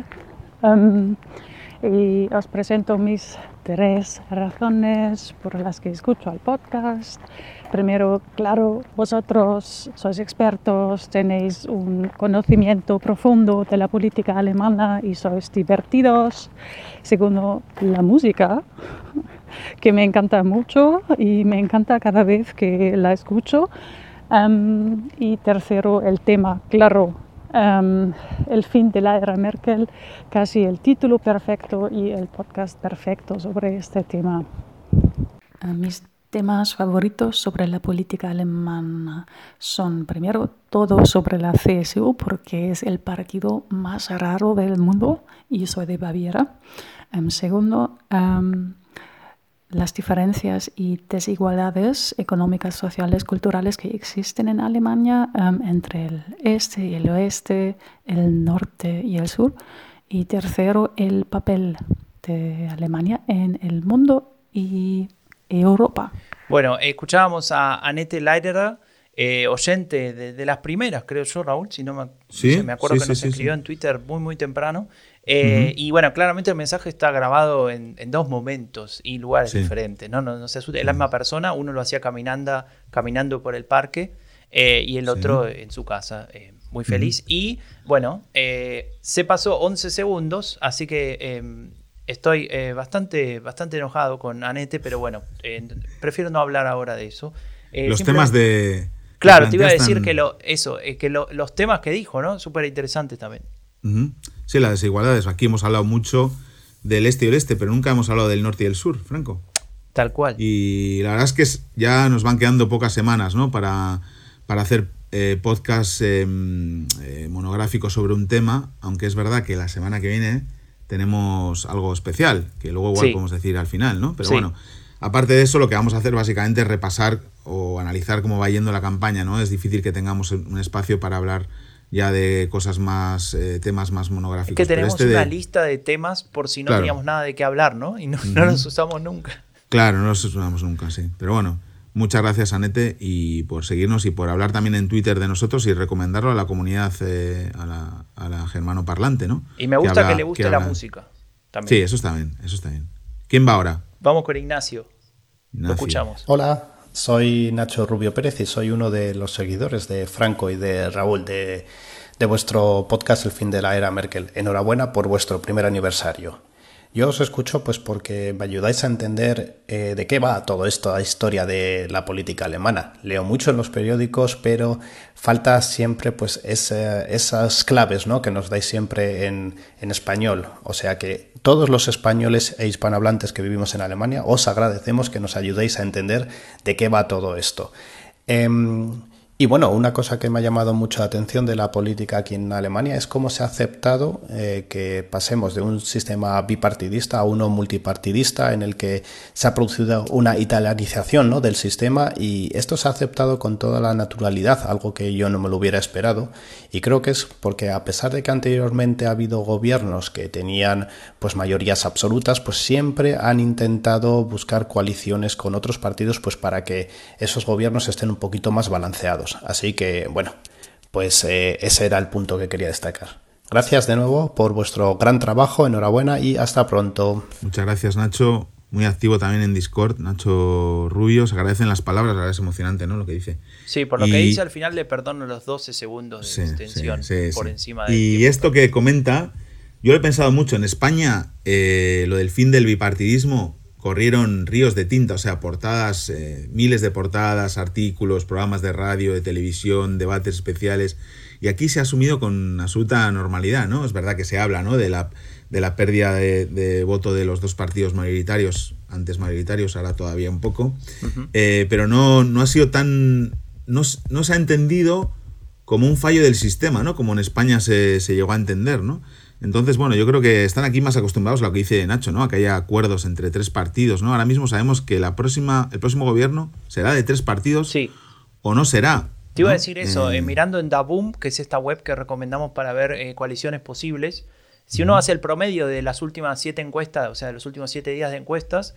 y os presento mis 3 razones por las que escucho el podcast. Primero, claro, vosotros sois expertos, tenéis un conocimiento profundo de la política alemana y sois divertidos. Segundo, la música, que me encanta mucho y me encanta cada vez que la escucho. Y tercero, el tema, claro, el fin de la era Merkel, casi el título perfecto y el podcast perfecto sobre este tema. Mis temas favoritos sobre la política alemana son, primero, todo sobre la CSU, porque es el partido más raro del mundo y soy de Baviera. Segundo, las diferencias y desigualdades económicas, sociales, culturales que existen en Alemania entre el este y el oeste, el norte y el sur. Y tercero, el papel de Alemania en el mundo y Europa. Bueno, escuchábamos a Annette Leiderer, oyente de las primeras, creo yo, Raúl, si no me acuerdo que nos escribió en Twitter muy, muy temprano. Y bueno, claramente el mensaje está grabado en 2 momentos y lugares diferentes, ¿no? No se asuste, es la misma persona, uno lo hacía caminando por el parque y el otro en su casa, muy feliz. Y bueno, se pasó 11 segundos, así que estoy bastante enojado con Anette, pero bueno, prefiero no hablar ahora de eso. Los temas de... Claro, te iba a decir que los temas que dijo, ¿no? Súper interesantes también. Sí, las desigualdades. Aquí hemos hablado mucho del este y el oeste, pero nunca hemos hablado del norte y el sur, Franco. Tal cual. Y la verdad es que ya nos van quedando pocas semanas, ¿no? Para hacer podcasts monográficos sobre un tema, aunque es verdad que la semana que viene tenemos algo especial, que luego igual podemos decir al final, ¿no? Pero bueno, aparte de eso, lo que vamos a hacer básicamente es repasar o analizar cómo va yendo la campaña, ¿no? Es difícil que tengamos un espacio para hablar ya de cosas más, temas más monográficos. Es que tenemos una lista de temas por si no teníamos nada de qué hablar, ¿no? Y no los usamos nunca. Claro, no los usamos nunca, sí. Pero bueno, muchas gracias, Anette, y por seguirnos y por hablar también en Twitter de nosotros y recomendarlo a la comunidad, a la germanoparlante, ¿no? Y me gusta que le guste la música también. Sí, eso está bien. ¿Quién va ahora? Vamos con Ignacio. Lo escuchamos. Hola. Soy Nacho Rubio Pérez y soy uno de los seguidores de Franco y de Raúl de vuestro podcast El fin de la era Merkel. Enhorabuena por vuestro primer aniversario. Yo os escucho pues porque me ayudáis a entender de qué va todo esto, la historia de la política alemana. Leo mucho en los periódicos, pero falta siempre pues esas claves, ¿no? Que nos dais siempre en español. O sea que todos los españoles e hispanohablantes que vivimos en Alemania os agradecemos que nos ayudéis a entender de qué va todo esto. Y bueno, una cosa que me ha llamado mucho la atención de la política aquí en Alemania es cómo se ha aceptado que pasemos de un sistema bipartidista a uno multipartidista en el que se ha producido una italianización, ¿no? del sistema, y esto se ha aceptado con toda la naturalidad, algo que yo no me lo hubiera esperado, y creo que es porque a pesar de que anteriormente ha habido gobiernos que tenían pues mayorías absolutas, pues siempre han intentado buscar coaliciones con otros partidos pues para que esos gobiernos estén un poquito más balanceados. Así que, bueno, pues ese era el punto que quería destacar. Gracias de nuevo por vuestro gran trabajo, enhorabuena y hasta pronto. Muchas gracias, Nacho. Muy activo también en Discord, Nacho Rubio. Se agradecen las palabras, la verdad es emocionante, ¿no? Lo que dice. Sí, por lo que dice al final le perdono los 12 segundos de extensión por encima de... Y esto que comenta, yo lo he pensado mucho. En España, lo del fin del bipartidismo... corrieron ríos de tinta, o sea, portadas, miles de portadas, artículos, programas de radio, de televisión, debates especiales, y aquí se ha asumido con absoluta normalidad, ¿no? Es verdad que se habla, ¿no? de la pérdida de voto de los dos partidos mayoritarios, antes mayoritarios, ahora todavía un poco, pero no ha sido tan... No se ha entendido como un fallo del sistema, ¿no? Como en España se llegó a entender, ¿no? Entonces, bueno, yo creo que están aquí más acostumbrados a lo que dice Nacho, ¿no? A que haya acuerdos entre 3 partidos, ¿no? Ahora mismo sabemos que el próximo gobierno será de 3 partidos o no será. Te iba a decir eso, mirando en Daboom, que es esta web que recomendamos para ver coaliciones posibles, si uno hace el promedio de las últimas 7 encuestas, o sea, de los últimos 7 días de encuestas,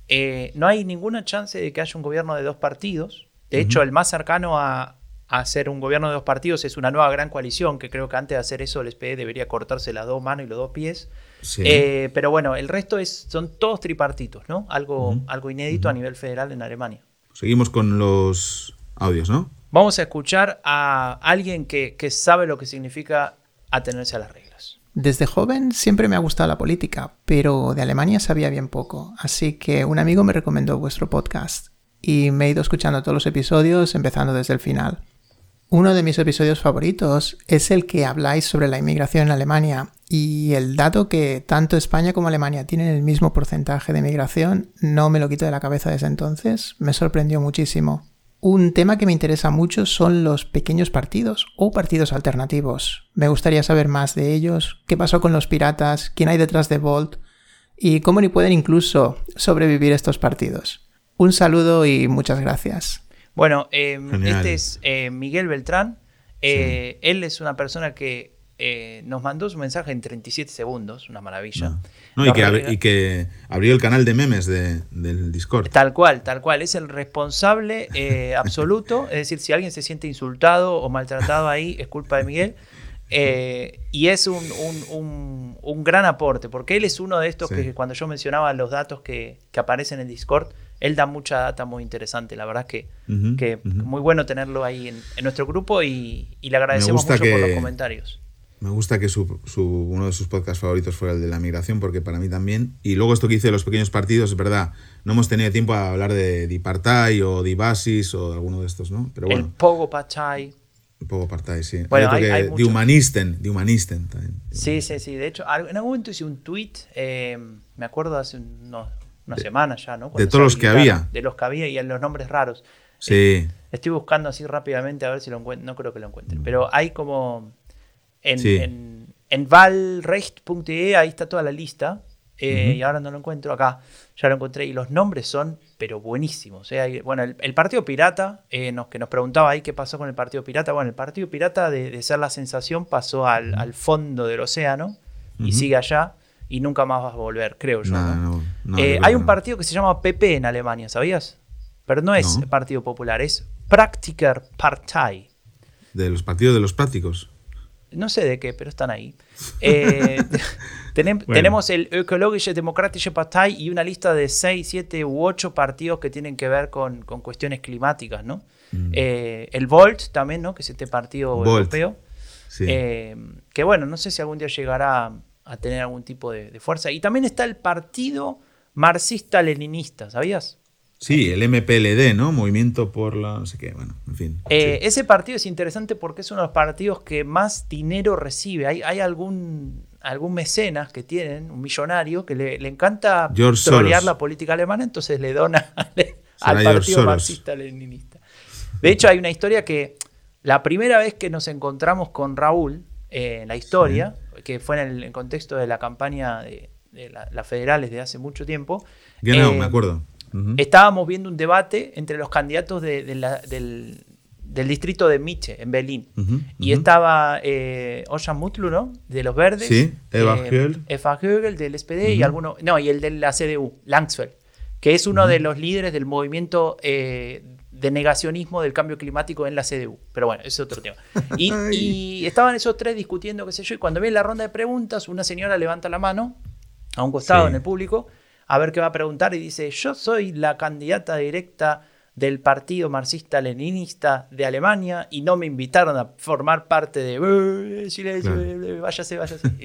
no hay ninguna chance de que haya un gobierno de 2 partidos. De hecho, el más cercano a hacer un gobierno de 2 partidos es una nueva gran coalición, que creo que antes de hacer eso el SPD debería cortarse las 2 manos y los 2 pies. Sí. Pero bueno, el resto son todos tripartitos, ¿no? Algo inédito a nivel federal en Alemania. Seguimos con los audios, ¿no? Vamos a escuchar a alguien que sabe lo que significa atenerse a las reglas. Desde joven siempre me ha gustado la política, pero de Alemania sabía bien poco, así que un amigo me recomendó vuestro podcast y me he ido escuchando todos los episodios empezando desde el final. Uno de mis episodios favoritos es el que habláis sobre la inmigración en Alemania, y el dato que tanto España como Alemania tienen el mismo porcentaje de migración no me lo quito de la cabeza desde entonces, me sorprendió muchísimo. Un tema que me interesa mucho son los pequeños partidos o partidos alternativos. Me gustaría saber más de ellos, qué pasó con los piratas, quién hay detrás de Volt y cómo ni pueden incluso sobrevivir estos partidos. Un saludo y muchas gracias. Bueno, este es Miguel Beltrán. Él es una persona que nos mandó su mensaje en 37 segundos, una maravilla. Y que abrió el canal de memes del Discord. Tal cual. Es el responsable absoluto. Es decir, si alguien se siente insultado o maltratado ahí, es culpa de Miguel. Y es un gran aporte, porque él es uno de estos que cuando yo mencionaba los datos que aparecen en Discord, él da mucha data muy interesante. La verdad es que muy bueno tenerlo ahí en nuestro grupo y le agradecemos mucho por los comentarios. Me gusta que uno de sus podcasts favoritos fuera el de la migración, porque para mí también. Y luego esto que hice de los pequeños partidos, es verdad, no hemos tenido tiempo a hablar de Dipartay o Dibasis o de alguno de estos, ¿no? Pero bueno. El Pogo Pachai. El Pogo Partai, sí. Bueno, hay de Humanisten también. Sí. De hecho, en algún momento hice un tweet, me acuerdo hace una semana ya, ¿no? Cuando de todos los que había. De los que había y en los nombres raros. Sí. Estoy buscando así rápidamente a ver si lo encuentro. No creo que lo encuentre. Pero hay como... En valrecht.de, ahí está toda la lista. Y ahora no lo encuentro. Acá ya lo encontré. Y los nombres son, pero buenísimos. Bueno, el Partido Pirata, que nos preguntaba ahí qué pasó con el Partido Pirata. Bueno, el Partido Pirata, de ser la sensación, pasó al fondo del océano y sigue allá. Y nunca más va a volver, creo yo. ¿no? Hay un partido que se llama PP en Alemania, ¿sabías? Pero no es Partido Popular, es Praktiker Partei. ¿De los partidos de los prácticos? No sé de qué, pero están ahí. Tenemos el Ökologische Demokratische Partei y una lista de 6, 7 u 8 partidos que tienen que ver con cuestiones climáticas, ¿no? El Volt también, ¿no? Que es este partido europeo. Sí. Que bueno, no sé si algún día llegará a tener algún tipo de fuerza. Y también está el Partido Marxista-Leninista, ¿sabías? Sí, el MPLD, ¿no? Movimiento por la... no sé qué, bueno, en fin. Ese partido es interesante porque es uno de los partidos que más dinero recibe. Hay algún mecenas que tienen, un millonario, que le encanta trolear la política alemana, entonces le dona al partido marxista-leninista. De hecho, hay una historia que la primera vez que nos encontramos con Raúl en la historia, que fue en el contexto de la campaña de las federales de hace mucho tiempo. Genau, me acuerdo. Estábamos viendo un debate entre los candidatos del distrito de Mitte, en Berlín. Y estaba Özcan Mutlu, ¿no? De los Verdes. Sí, Eva Högel del SPD y y el de la CDU, Langsfeld, que es uno de los líderes del movimiento de negacionismo del cambio climático en la CDU. Pero bueno, ese es otro tema. Y estaban esos tres discutiendo, qué sé yo, y cuando viene la ronda de preguntas, una señora levanta la mano a un costado en el público a ver qué va a preguntar y dice: yo soy la candidata directa del Partido Marxista-Leninista de Alemania y no me invitaron a formar parte de silencio, váyase.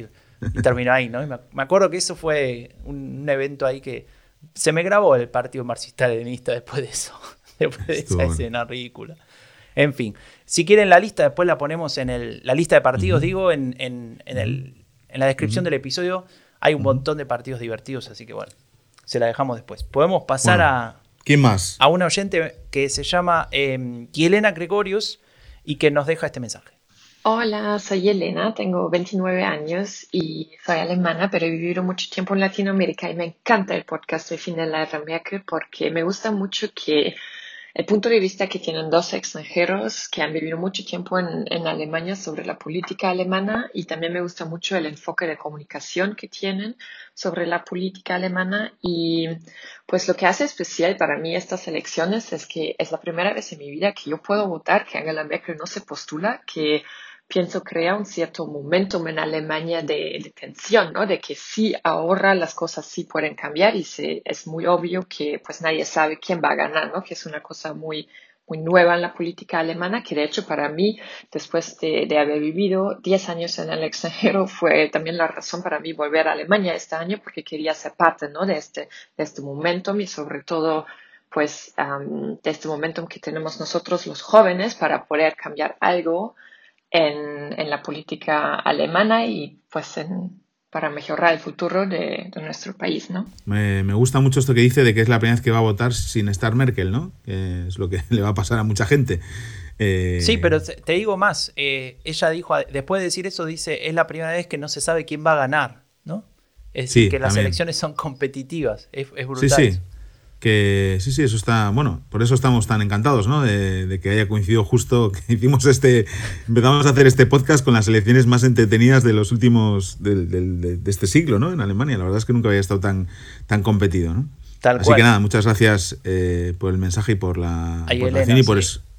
Y terminó ahí, ¿no? Y me acuerdo que eso fue un evento ahí que se me grabó el Partido Marxista-Leninista después de eso, después de esa escena ridícula. En fin, si quieren la lista, después la ponemos en la lista de partidos, digo, en la descripción del episodio. Hay un montón de partidos divertidos, así que bueno, se la dejamos después. Podemos pasar a... ¿Quién más? A una oyente que se llama Yelena Gregorius y que nos deja este mensaje. Hola, soy Yelena, tengo 29 años y soy alemana, pero he vivido mucho tiempo en Latinoamérica y me encanta el podcast de Fin de la Era Merkel porque me gusta mucho que el punto de vista que tienen dos extranjeros que han vivido mucho tiempo en Alemania sobre la política alemana, y también me gusta mucho el enfoque de comunicación que tienen sobre la política alemana. Y pues lo que hace especial para mí estas elecciones es que es la primera vez en mi vida que yo puedo votar, que Angela Merkel no se postula, que pienso crea un cierto momentum en Alemania de tensión, ¿no? De que sí, ahora las cosas sí pueden cambiar y es muy obvio que pues nadie sabe quién va a ganar, ¿no? Que es una cosa muy, muy nueva en la política alemana, que de hecho para mí, después de haber vivido 10 años en el extranjero, fue también la razón para mí volver a Alemania este año, porque quería ser parte, ¿no? de este momentum y sobre todo pues de este momentum que tenemos nosotros los jóvenes para poder cambiar algo en la política alemana y pues para mejorar el futuro de nuestro país, ¿no? Me gusta mucho esto que dice de que es la primera vez que va a votar sin estar Merkel, ¿no? Que es lo que le va a pasar a mucha gente. Sí, pero te digo más. Ella dijo, después de decir eso, dice, es la primera vez que no se sabe quién va a ganar, ¿no? Es decir, que las elecciones son competitivas. Es brutal. Sí. Sí, eso está, bueno, por eso estamos tan encantados, ¿no? De que haya coincidido justo que empezamos a hacer este podcast con las elecciones más entretenidas de los últimos, de este siglo, ¿no? En Alemania, la verdad es que nunca había estado tan competido, ¿no? Así que nada, muchas gracias por el mensaje y por la aportación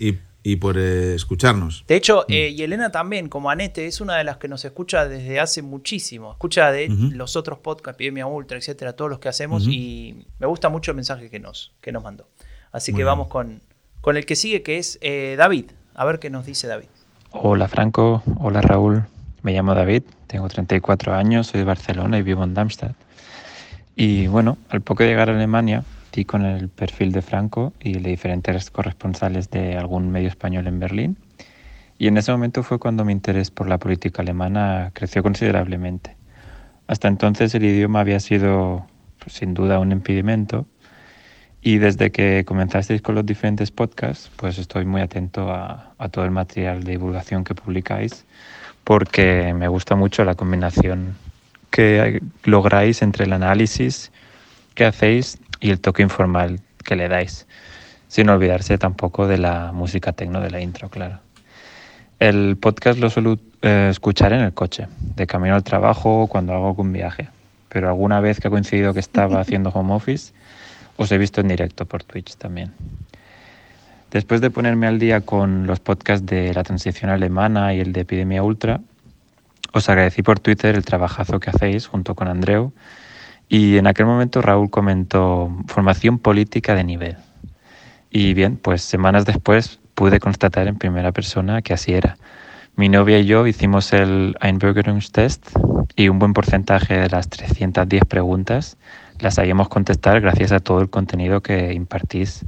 y por escucharnos. De hecho, y Elena también, como Anete, es una de las que nos escucha desde hace muchísimo. Escucha de los otros podcasts, Epidemia Ultra, etcétera, todos los que hacemos, y me gusta mucho el mensaje que nos mandó. Así que vamos con el que sigue, que es David. A ver qué nos dice David. Hola Franco, hola Raúl. Me llamo David, tengo 34 años, soy de Barcelona y vivo en Darmstadt. Y bueno, al poco de llegar a Alemania, di con el perfil de Franco y de diferentes corresponsales de algún medio español en Berlín. Y en ese momento fue cuando mi interés por la política alemana creció considerablemente. Hasta entonces el idioma había sido, pues, sin duda, un impedimento. Y desde que comenzasteis con los diferentes podcasts, pues estoy muy atento a todo el material de divulgación que publicáis, porque me gusta mucho la combinación que lográis entre el análisis que hacéis y el toque informal que le dais, sin olvidarse tampoco de la música techno de la intro, claro. El podcast lo suelo escuchar en el coche, de camino al trabajo o cuando hago algún viaje, pero alguna vez que ha coincidido que estaba haciendo home office, os he visto en directo por Twitch también. Después de ponerme al día con los podcasts de la transición alemana y el de Epidemia Ultra, os agradecí por Twitter el trabajazo que hacéis junto con Andreu, y en aquel momento Raúl comentó formación política de nivel. Y bien, pues semanas después pude constatar en primera persona que así era. Mi novia y yo hicimos el Einbürgerungstest y un buen porcentaje de las 310 preguntas las sabíamos contestar gracias a todo el contenido que impartís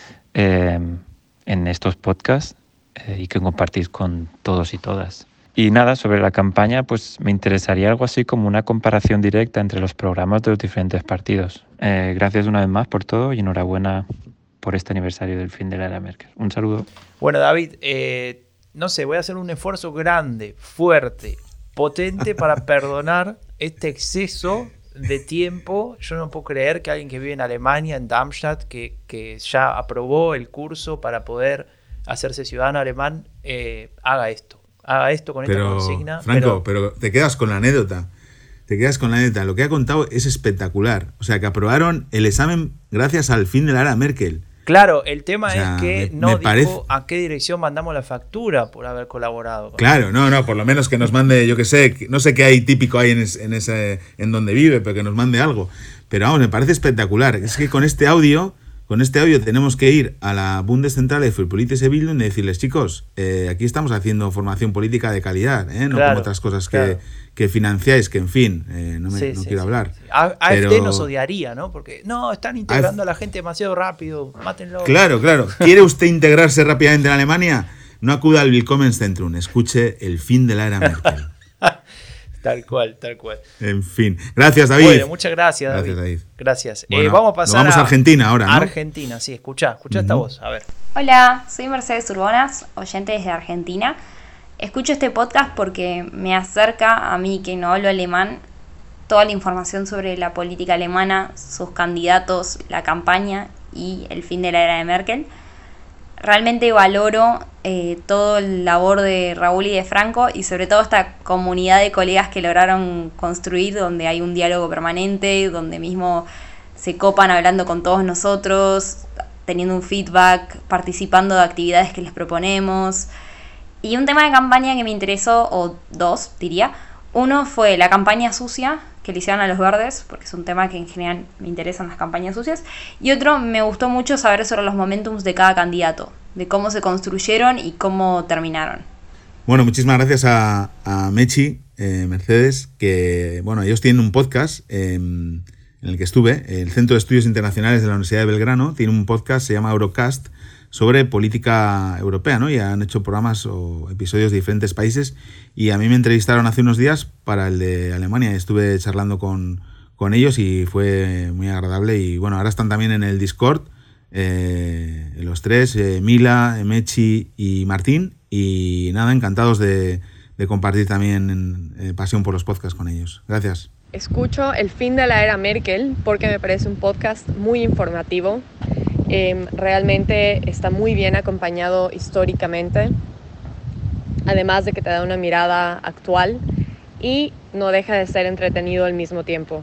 en estos podcasts y que compartís con todos y todas. Y nada, sobre la campaña, pues me interesaría algo así como una comparación directa entre los programas de los diferentes partidos. Gracias una vez más por todo y enhorabuena por este aniversario del fin de la era Merkel. Un saludo. Bueno, David, no sé, voy a hacer un esfuerzo grande, fuerte, potente para perdonar este exceso de tiempo. Yo no puedo creer que alguien que vive en Alemania, en Darmstadt, que ya aprobó el curso para poder hacerse ciudadano alemán, haga esto con esta consigna. Franco, pero te quedas con la anécdota. Lo que ha contado es espectacular. O sea, que aprobaron el examen gracias al fin de la era Merkel. Claro, el tema es que me dijo parece... a qué dirección mandamos la factura por haber colaborado. Claro, no, por lo menos que nos mande, yo qué sé, no sé qué hay típico ahí en donde vive, pero que nos mande algo. Pero vamos, me parece espectacular. Es que con este audio tenemos que ir a la Bundeszentrale für politische Bildung y decirles, chicos, aquí estamos haciendo formación política de calidad, no claro, como otras cosas que financiáis, que en fin, no quiero hablar. AfD nos odiaría, ¿no? Porque están integrando a la gente demasiado rápido, mátenlo. Claro. ¿Quiere usted integrarse rápidamente en Alemania? No acuda al Willkommenszentrum, escuche el fin de la era Merkel. Tal cual. En fin. Gracias, David. Bueno, muchas gracias, David. Gracias. Bueno, vamos a pasar a Argentina ahora, ¿no? Argentina, sí. Escuchá esta voz. A ver. Hola, soy Mercedes Urbonas, oyente desde Argentina. Escucho este podcast porque me acerca a mí, que no hablo alemán, toda la información sobre la política alemana, sus candidatos, la campaña y el fin de la era de Merkel. Realmente valoro todo el labor de Raúl y de Franco, y sobre todo esta comunidad de colegas que lograron construir, donde hay un diálogo permanente, donde mismo se copan hablando con todos nosotros, teniendo un feedback, participando de actividades que les proponemos. Y un tema de campaña que me interesó, o dos diría, uno fue la campaña sucia que le hicieron a los verdes, porque es un tema que en general me interesan las campañas sucias, y otro, me gustó mucho saber sobre los momentums de cada candidato, de cómo se construyeron y cómo terminaron. Bueno, muchísimas gracias a Mechi, Mercedes, que bueno, ellos tienen un podcast en el que estuve, el Centro de Estudios Internacionales de la Universidad de Belgrano, tiene un podcast, se llama Eurocast, sobre política europea, ¿no? Y han hecho programas o episodios de diferentes países, y a mí me entrevistaron hace unos días para el de Alemania. Estuve charlando con ellos y fue muy agradable. Y bueno, ahora están también en el Discord, los tres, Mila, Mechi y Martín, y nada, encantados de compartir también pasión por los podcasts con ellos. Gracias. Escucho El fin de la era Merkel porque me parece un podcast muy informativo. Realmente está muy bien acompañado históricamente, además de que te da una mirada actual y no deja de ser entretenido al mismo tiempo.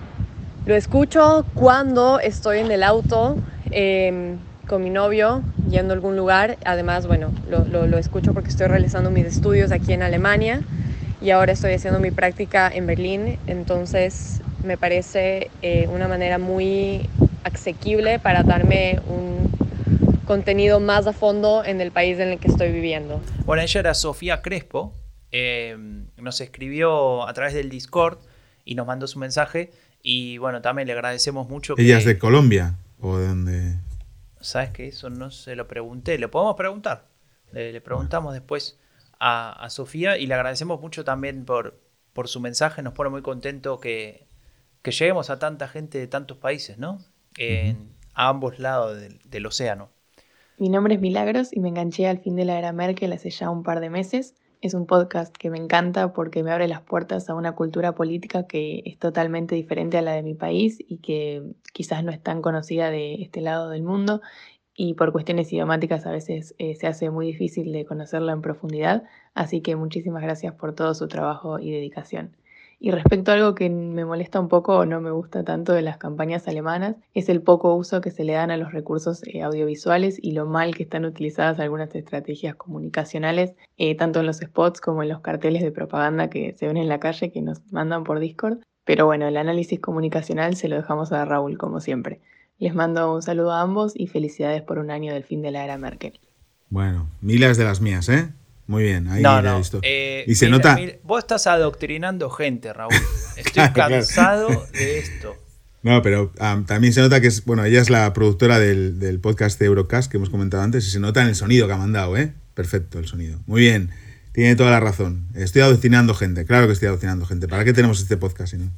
Lo escucho cuando estoy en el auto con mi novio yendo a algún lugar. Además, bueno, lo escucho porque estoy realizando mis estudios aquí en Alemania y ahora estoy haciendo mi práctica en Berlín. Entonces me parece una manera muy asequible para darme un contenido más a fondo en el país en el que estoy viviendo. Bueno, ella era Sofía Crespo, nos escribió a través del Discord y nos mandó su mensaje y bueno, también le agradecemos mucho. ¿Ella es de Colombia o de dónde? ¿Sabes qué? Eso no se lo pregunté, le podemos preguntar, le preguntamos después a Sofía y le agradecemos mucho también por su mensaje, nos pone muy contento que lleguemos a tanta gente de tantos países, ¿no? A ambos lados del océano. Mi nombre es Milagros y me enganché al Fin de la Era Merkel hace ya un par de meses. Es un podcast que me encanta porque me abre las puertas a una cultura política que es totalmente diferente a la de mi país y que quizás no es tan conocida de este lado del mundo y por cuestiones idiomáticas a veces se hace muy difícil de conocerla en profundidad. Así que muchísimas gracias por todo su trabajo y dedicación. Y respecto a algo que me molesta un poco o no me gusta tanto de las campañas alemanas, es el poco uso que se le dan a los recursos audiovisuales y lo mal que están utilizadas algunas estrategias comunicacionales, tanto en los spots como en los carteles de propaganda que se ven en la calle que nos mandan por Discord. Pero bueno, el análisis comunicacional se lo dejamos a Raúl como siempre. Les mando un saludo a ambos y felicidades por un año del fin de la era Merkel. Bueno, Mila es de las mías, ¿eh? Muy bien, ahí no, lo he visto. Y se nota. Vos estás adoctrinando gente, Raúl. Estoy cansado de esto. No, pero también se nota que es, bueno, ella es la productora del podcast de Eurocast que hemos comentado antes y se nota en el sonido que ha mandado, ¿eh? Perfecto el sonido. Muy bien, tiene toda la razón. Estoy adoctrinando gente, claro que estoy adoctrinando gente. ¿Para qué tenemos este podcast si no?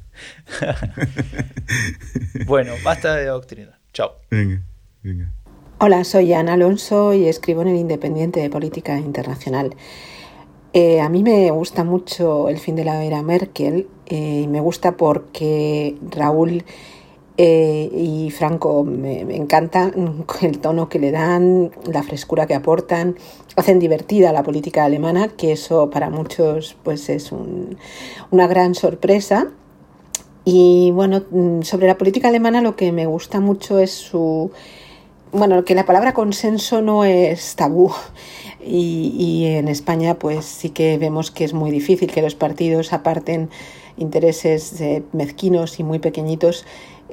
Bueno, basta de adoctrinar. Chao. Venga. Hola, soy Ana Alonso y escribo en El Independiente de Política Internacional. A mí me gusta mucho el fin de la era Merkel y me gusta porque Raúl y Franco me encantan el tono que le dan, la frescura que aportan, hacen divertida la política alemana, que eso para muchos pues es una gran sorpresa. Y bueno, sobre la política alemana lo que me gusta mucho es que la palabra consenso no es tabú y en España pues sí que vemos que es muy difícil que los partidos aparten intereses mezquinos y muy pequeñitos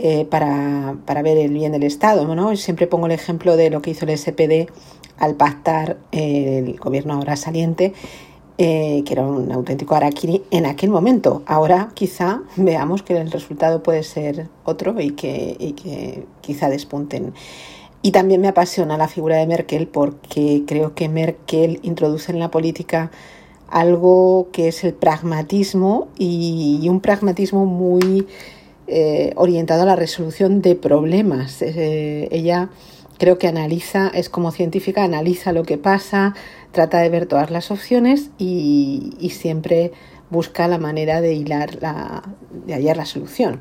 para ver el bien del Estado, ¿no? Siempre pongo el ejemplo de lo que hizo el SPD al pactar el gobierno ahora saliente, que era un auténtico harakiri en aquel momento. Ahora quizá veamos que el resultado puede ser otro y que quizá despunten. Y también me apasiona la figura de Merkel porque creo que Merkel introduce en la política algo que es el pragmatismo y un pragmatismo muy orientado a la resolución de problemas. Ella creo que analiza, es como científica, analiza lo que pasa, trata de ver todas las opciones y siempre busca la manera de hallar la solución.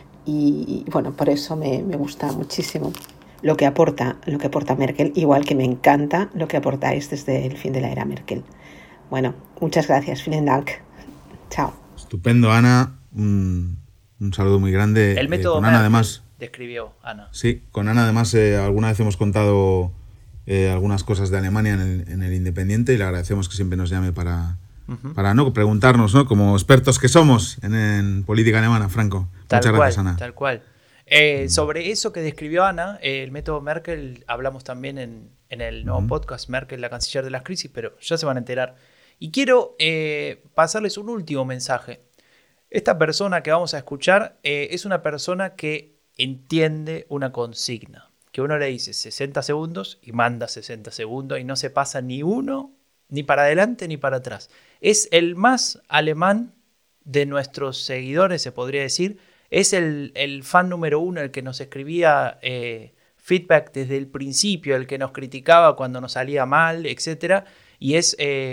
Y bueno, por eso me gusta muchísimo lo que aporta Merkel, igual que me encanta lo que aportáis desde el fin de la era Merkel. Bueno, muchas gracias, vielen Dank. Chao. Estupendo, Ana. Un saludo muy grande. El método con Ana, además, describió Ana. Sí, con Ana además alguna vez hemos contado algunas cosas de Alemania en el Independiente y le agradecemos que siempre nos llame para no preguntarnos, ¿no? Como expertos que somos en política alemana, Franco. Muchas gracias, Ana. Tal cual. Sobre eso que describió Ana, el método Merkel, hablamos también en el nuevo podcast Merkel, la canciller de las crisis, pero ya se van a enterar. Y quiero pasarles un último mensaje. Esta persona que vamos a escuchar es una persona que entiende una consigna, que uno le dice 60 segundos y manda 60 segundos y no se pasa ni uno, ni para adelante ni para atrás. Es el más alemán de nuestros seguidores, se podría decir. Es el fan número uno, el que nos escribía feedback desde el principio, el que nos criticaba cuando nos salía mal, etc. Y es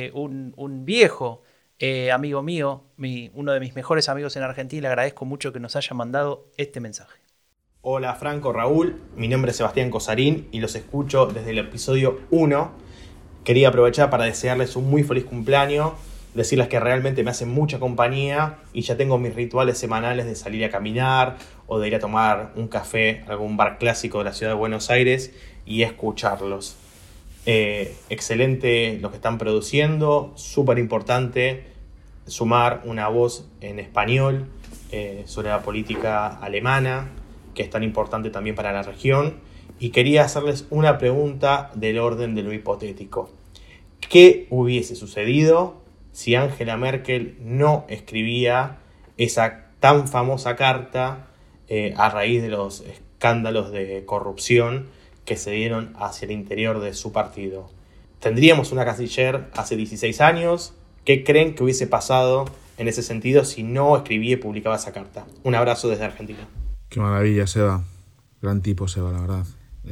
un viejo amigo mío, uno de mis mejores amigos en Argentina. Le agradezco mucho que nos haya mandado este mensaje. Hola Franco, Raúl, mi nombre es Sebastián Cosarín y los escucho desde el episodio 1. Quería aprovechar para desearles un muy feliz cumpleaños, decirles que realmente me hacen mucha compañía y ya tengo mis rituales semanales de salir a caminar o de ir a tomar un café a algún bar clásico de la ciudad de Buenos Aires y escucharlos. Excelente lo que están produciendo, súper importante sumar una voz en español sobre la política alemana, que es tan importante también para la región. Y quería hacerles una pregunta del orden de lo hipotético. ¿Qué hubiese sucedido si Angela Merkel no escribía esa tan famosa carta a raíz de los escándalos de corrupción que se dieron hacia el interior de su partido? Tendríamos una canciller hace 16 años. ¿Qué creen que hubiese pasado en ese sentido si no escribía y publicaba esa carta? Un abrazo desde Argentina. Qué maravilla, Seba. Gran tipo, Seba, la verdad.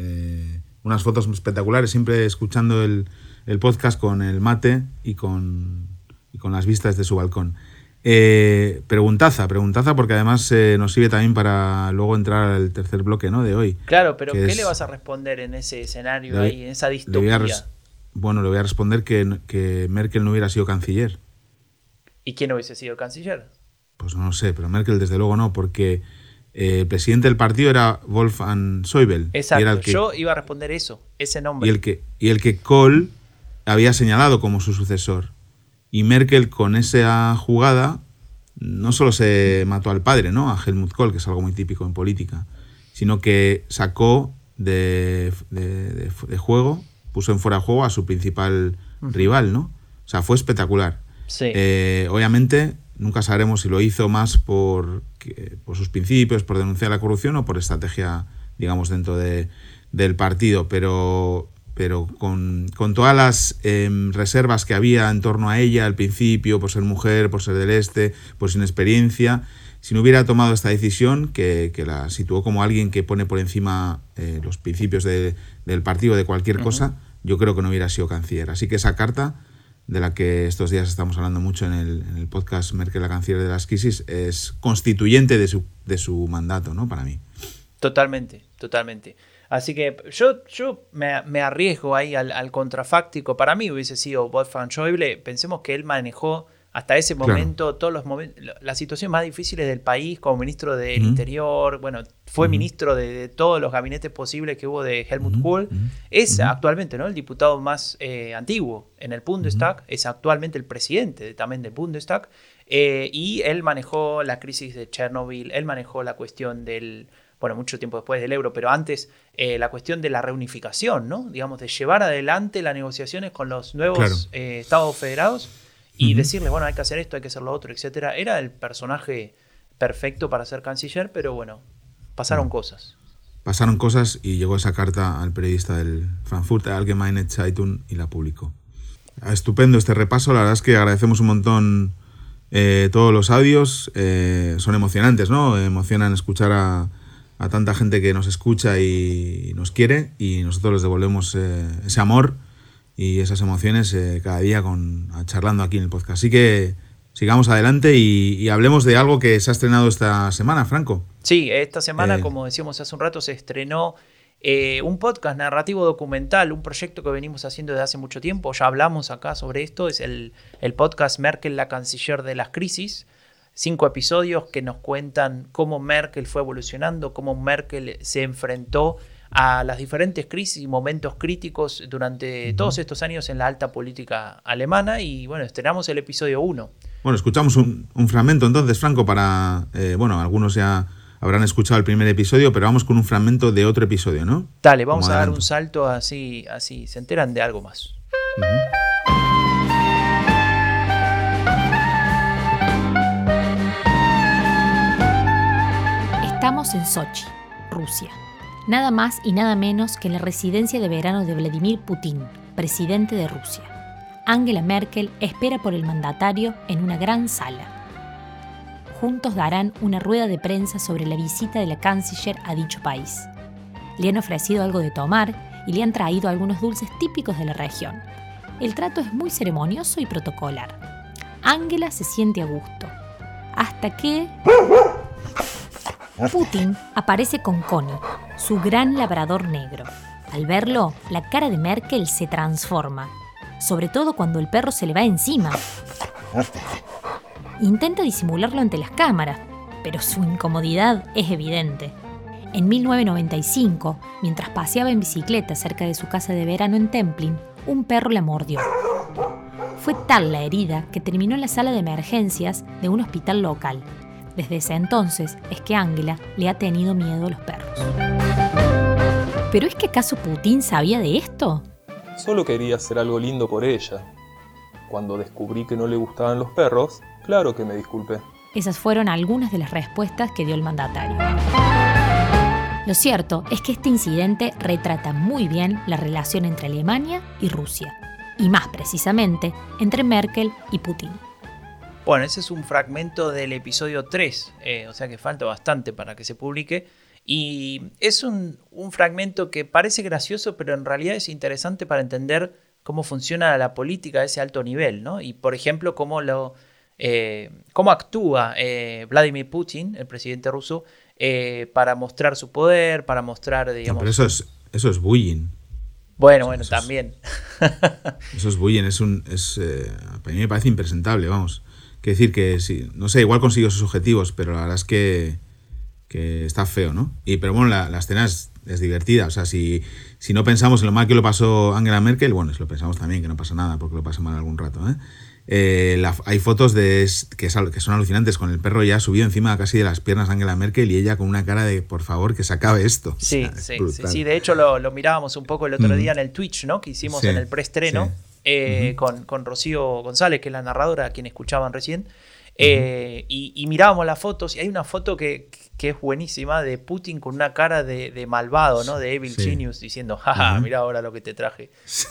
Unas fotos espectaculares, siempre escuchando el podcast con el mate y con las vistas de su balcón. Preguntaza, porque además nos sirve también para luego entrar al tercer bloque, ¿no?, de hoy. Claro, pero ¿qué le vas a responder en ese escenario ahí, en esa distopía? Le voy a responder que Merkel no hubiera sido canciller. ¿Y quién hubiese sido canciller? Pues no lo sé, pero Merkel desde luego no, porque el presidente del partido era Wolfgang Schäuble. Exacto, yo iba a responder eso, ese nombre. Y el que Kohl había señalado como su sucesor. Y Merkel, con esa jugada, no solo se mató al padre, ¿no?, a Helmut Kohl, que es algo muy típico en política, sino que sacó de juego, puso en fuera de juego a su principal rival, ¿no? O sea, fue espectacular. Sí. Obviamente, nunca sabremos si lo hizo más por sus principios, por denunciar la corrupción o por estrategia, digamos, dentro del partido, pero con todas las reservas que había en torno a ella al principio, por ser mujer, por ser del este, por su inexperiencia, si no hubiera tomado esta decisión, que la situó como alguien que pone por encima los principios del partido, de cualquier cosa, yo creo que no hubiera sido canciller. Así que esa carta, de la que estos días estamos hablando mucho en el podcast Merkel, la canciller de las crisis, es constituyente de su mandato, ¿no?, para mí. Totalmente. Así que yo me arriesgo ahí al contrafáctico. Para mí hubiese sido Wolfgang Schäuble. Pensemos que él manejó hasta ese momento todos los momentos, las situaciones más difíciles del país como ministro del Interior. Bueno, fue ministro de todos los gabinetes posibles que hubo de Helmut Kohl. Es actualmente, ¿no?, el diputado más antiguo en el Bundestag. Es actualmente el presidente también del Bundestag. Y él manejó la crisis de Chernobyl. Él manejó la cuestión mucho tiempo después del euro, pero antes la cuestión de la reunificación, ¿no?, digamos, de llevar adelante las negociaciones con los nuevos estados federados y decirles, bueno, hay que hacer esto, hay que hacer lo otro, etcétera. Era el personaje perfecto para ser canciller, pero bueno, pasaron cosas. Pasaron cosas y llegó esa carta al periodista del Frankfurter Allgemeine Zeitung y la publicó. Estupendo este repaso, la verdad es que agradecemos un montón todos los audios, son emocionantes, ¿no? Emocionan escuchar a tanta gente que nos escucha y nos quiere, y nosotros les devolvemos ese amor y esas emociones cada día charlando aquí en el podcast. Así que sigamos adelante y hablemos de algo que se ha estrenado esta semana, Franco. Sí, esta semana, como decíamos hace un rato, se estrenó un podcast narrativo documental, un proyecto que venimos haciendo desde hace mucho tiempo. Ya hablamos acá sobre esto, es el podcast Merkel, la canciller de las crisis. 5 episodios que nos cuentan cómo Merkel fue evolucionando, cómo Merkel se enfrentó a las diferentes crisis y momentos críticos durante todos estos años en la alta política alemana. Y bueno, estrenamos el episodio 1. Bueno, escuchamos un fragmento entonces, Franco, para... algunos ya habrán escuchado el primer episodio, pero vamos con un fragmento de otro episodio, ¿no? Dale, vamos a dar un salto así se enteran de algo más. Estamos en Sochi, Rusia. Nada más y nada menos que la residencia de verano de Vladimir Putin, presidente de Rusia. Angela Merkel espera por el mandatario en una gran sala. Juntos darán una rueda de prensa sobre la visita de la canciller a dicho país. Le han ofrecido algo de tomar y le han traído algunos dulces típicos de la región. El trato es muy ceremonioso y protocolar. Angela se siente a gusto. Hasta que... Putin aparece con Connie, su gran labrador negro. Al verlo, la cara de Merkel se transforma, sobre todo cuando el perro se le va encima. Intenta disimularlo ante las cámaras, pero su incomodidad es evidente. En 1995, mientras paseaba en bicicleta cerca de su casa de verano en Templin, un perro la mordió. Fue tal la herida que terminó en la sala de emergencias de un hospital local. Desde ese entonces es que Angela le ha tenido miedo a los perros. ¿Pero es que acaso Putin sabía de esto? Solo quería hacer algo lindo por ella. Cuando descubrí que no le gustaban los perros, claro que me disculpé. Esas fueron algunas de las respuestas que dio el mandatario. Lo cierto es que este incidente retrata muy bien la relación entre Alemania y Rusia, y más precisamente entre Merkel y Putin. Bueno, ese es un fragmento del episodio 3, o sea que falta bastante para que se publique. Y es un fragmento que parece gracioso, pero en realidad es interesante para entender cómo funciona la política a ese alto nivel, ¿no? Y, por ejemplo, cómo actúa Vladimir Putin, el presidente ruso, para mostrar su poder, para mostrar, digamos... No, pero eso es bullying. Bueno, también. Eso es bullying, para mí me parece impresentable, vamos. Quiero decir que, sí, no sé, igual consiguió sus objetivos, pero la verdad es que está feo, ¿no? Pero bueno, la escena es divertida. O sea, si no pensamos en lo mal que lo pasó Angela Merkel, bueno, si lo pensamos también, que no pasa nada porque lo pasa mal algún rato, hay fotos que son alucinantes, con el perro ya subido encima casi de las piernas de Angela Merkel y ella con una cara de por favor que se acabe esto. Sí, o sea, sí, de hecho lo mirábamos un poco el otro día en el Twitch, ¿no? Que hicimos en el preestreno con Rocío González, que es la narradora a quien escuchaban recién. Y mirábamos las fotos y hay una foto que es buenísima de Putin con una cara de malvado, ¿no? De Evil Genius, diciendo, jaja, mira ahora lo que te traje.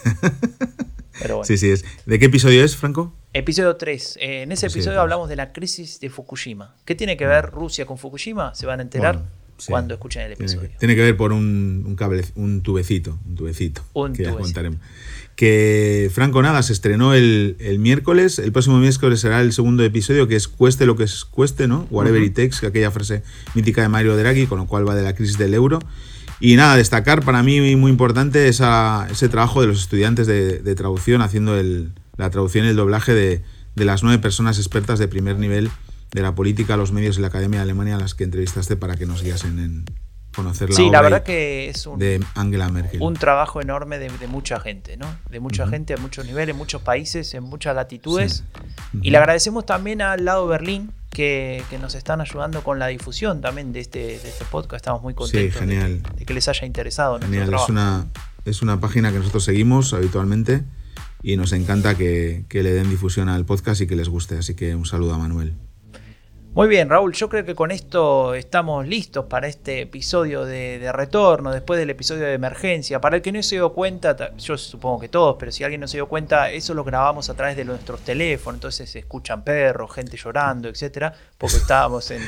Pero bueno. Sí, es. ¿De qué episodio es, Franco? Episodio 3. En ese episodio hablamos de la crisis de Fukushima. ¿Qué tiene que ver Rusia con Fukushima? Se van a enterar cuando escuchen el episodio. Tiene que ver por un cable, un tubecito. Que ya contaremos. Que, Franco, nada, se estrenó el miércoles. El próximo miércoles será el segundo episodio, que es Cueste lo que cueste, ¿no? Whatever it takes, aquella frase mítica de Mario Draghi, con lo cual va de la crisis del euro. Y nada, destacar para mí muy importante ese trabajo de los estudiantes de traducción, haciendo la traducción y el doblaje de las 9 personas expertas de primer nivel de la política, los medios y la Academia de Alemania a las que entrevistaste para que nos guiasen en conocer la obra. Sí, la verdad que es de Angela Merkel. Un trabajo enorme de mucha gente, ¿no? De mucha gente a muchos niveles, en muchos países, en muchas latitudes. Sí. Y le agradecemos también al lado Berlín que nos están ayudando con la difusión también de este podcast. Estamos muy contentos de que les haya interesado nuestro trabajo. Es una página que nosotros seguimos habitualmente y nos encanta que le den difusión al podcast y que les guste. Así que un saludo a Manuel. Muy bien, Raúl, yo creo que con esto estamos listos para este episodio de retorno, después del episodio de emergencia. Para el que no se dio cuenta, yo supongo que todos, pero si alguien no se dio cuenta, eso lo grabamos a través de nuestros teléfonos, entonces se escuchan perros, gente llorando, etcétera, porque estábamos en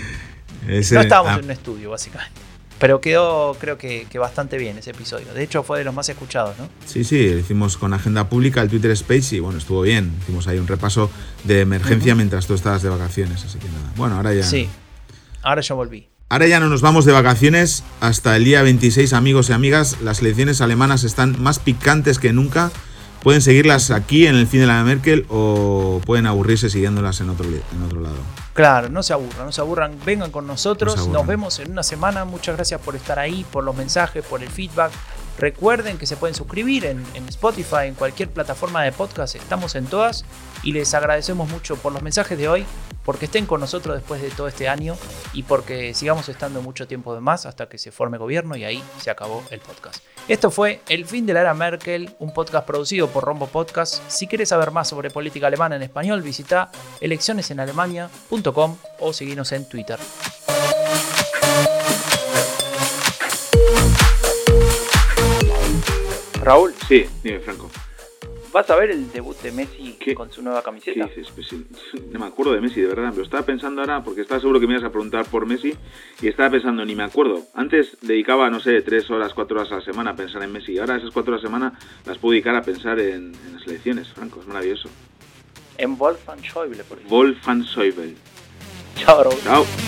un estudio, básicamente. Pero quedó, creo que bastante bien ese episodio. De hecho, fue de los más escuchados, ¿no? Sí, lo hicimos con agenda pública, el Twitter Space, y bueno, estuvo bien. Hicimos ahí un repaso de emergencia mientras tú estabas de vacaciones, así que nada. Bueno, ahora ya... Sí, ahora ya volví. Ahora ya no nos vamos de vacaciones hasta el día 26, amigos y amigas. Las elecciones alemanas están más picantes que nunca. Pueden seguirlas aquí en el fin de la Merkel o pueden aburrirse siguiéndolas en otro lado. Claro, no se aburran, vengan con nosotros, nos vemos en una semana. Muchas gracias por estar ahí, por los mensajes, por el feedback. Recuerden que se pueden suscribir en Spotify, en cualquier plataforma de podcast, estamos en todas y les agradecemos mucho por los mensajes de hoy, porque estén con nosotros después de todo este año y porque sigamos estando mucho tiempo de más hasta que se forme gobierno y ahí se acabó el podcast. Esto fue El fin de la era Merkel, un podcast producido por Rombo Podcast. Si quieres saber más sobre política alemana en español, visita eleccionesenalemania.com o seguinos en Twitter. Raúl. Sí, dime, Franco. ¿Vas a ver el debut de Messi con su nueva camiseta? Sí, no me acuerdo de Messi, de verdad. Pero estaba pensando ahora, porque estaba seguro que me ibas a preguntar por Messi, y estaba pensando, ni me acuerdo. Antes dedicaba, 3 horas, 4 horas a la semana a pensar en Messi. Y ahora esas 4 horas a la semana las puedo dedicar a pensar en las elecciones, Franco. Es maravilloso. En Wolfgang Schäuble, por ejemplo. Wolfgang Schäuble. Chao, Raúl. Chao.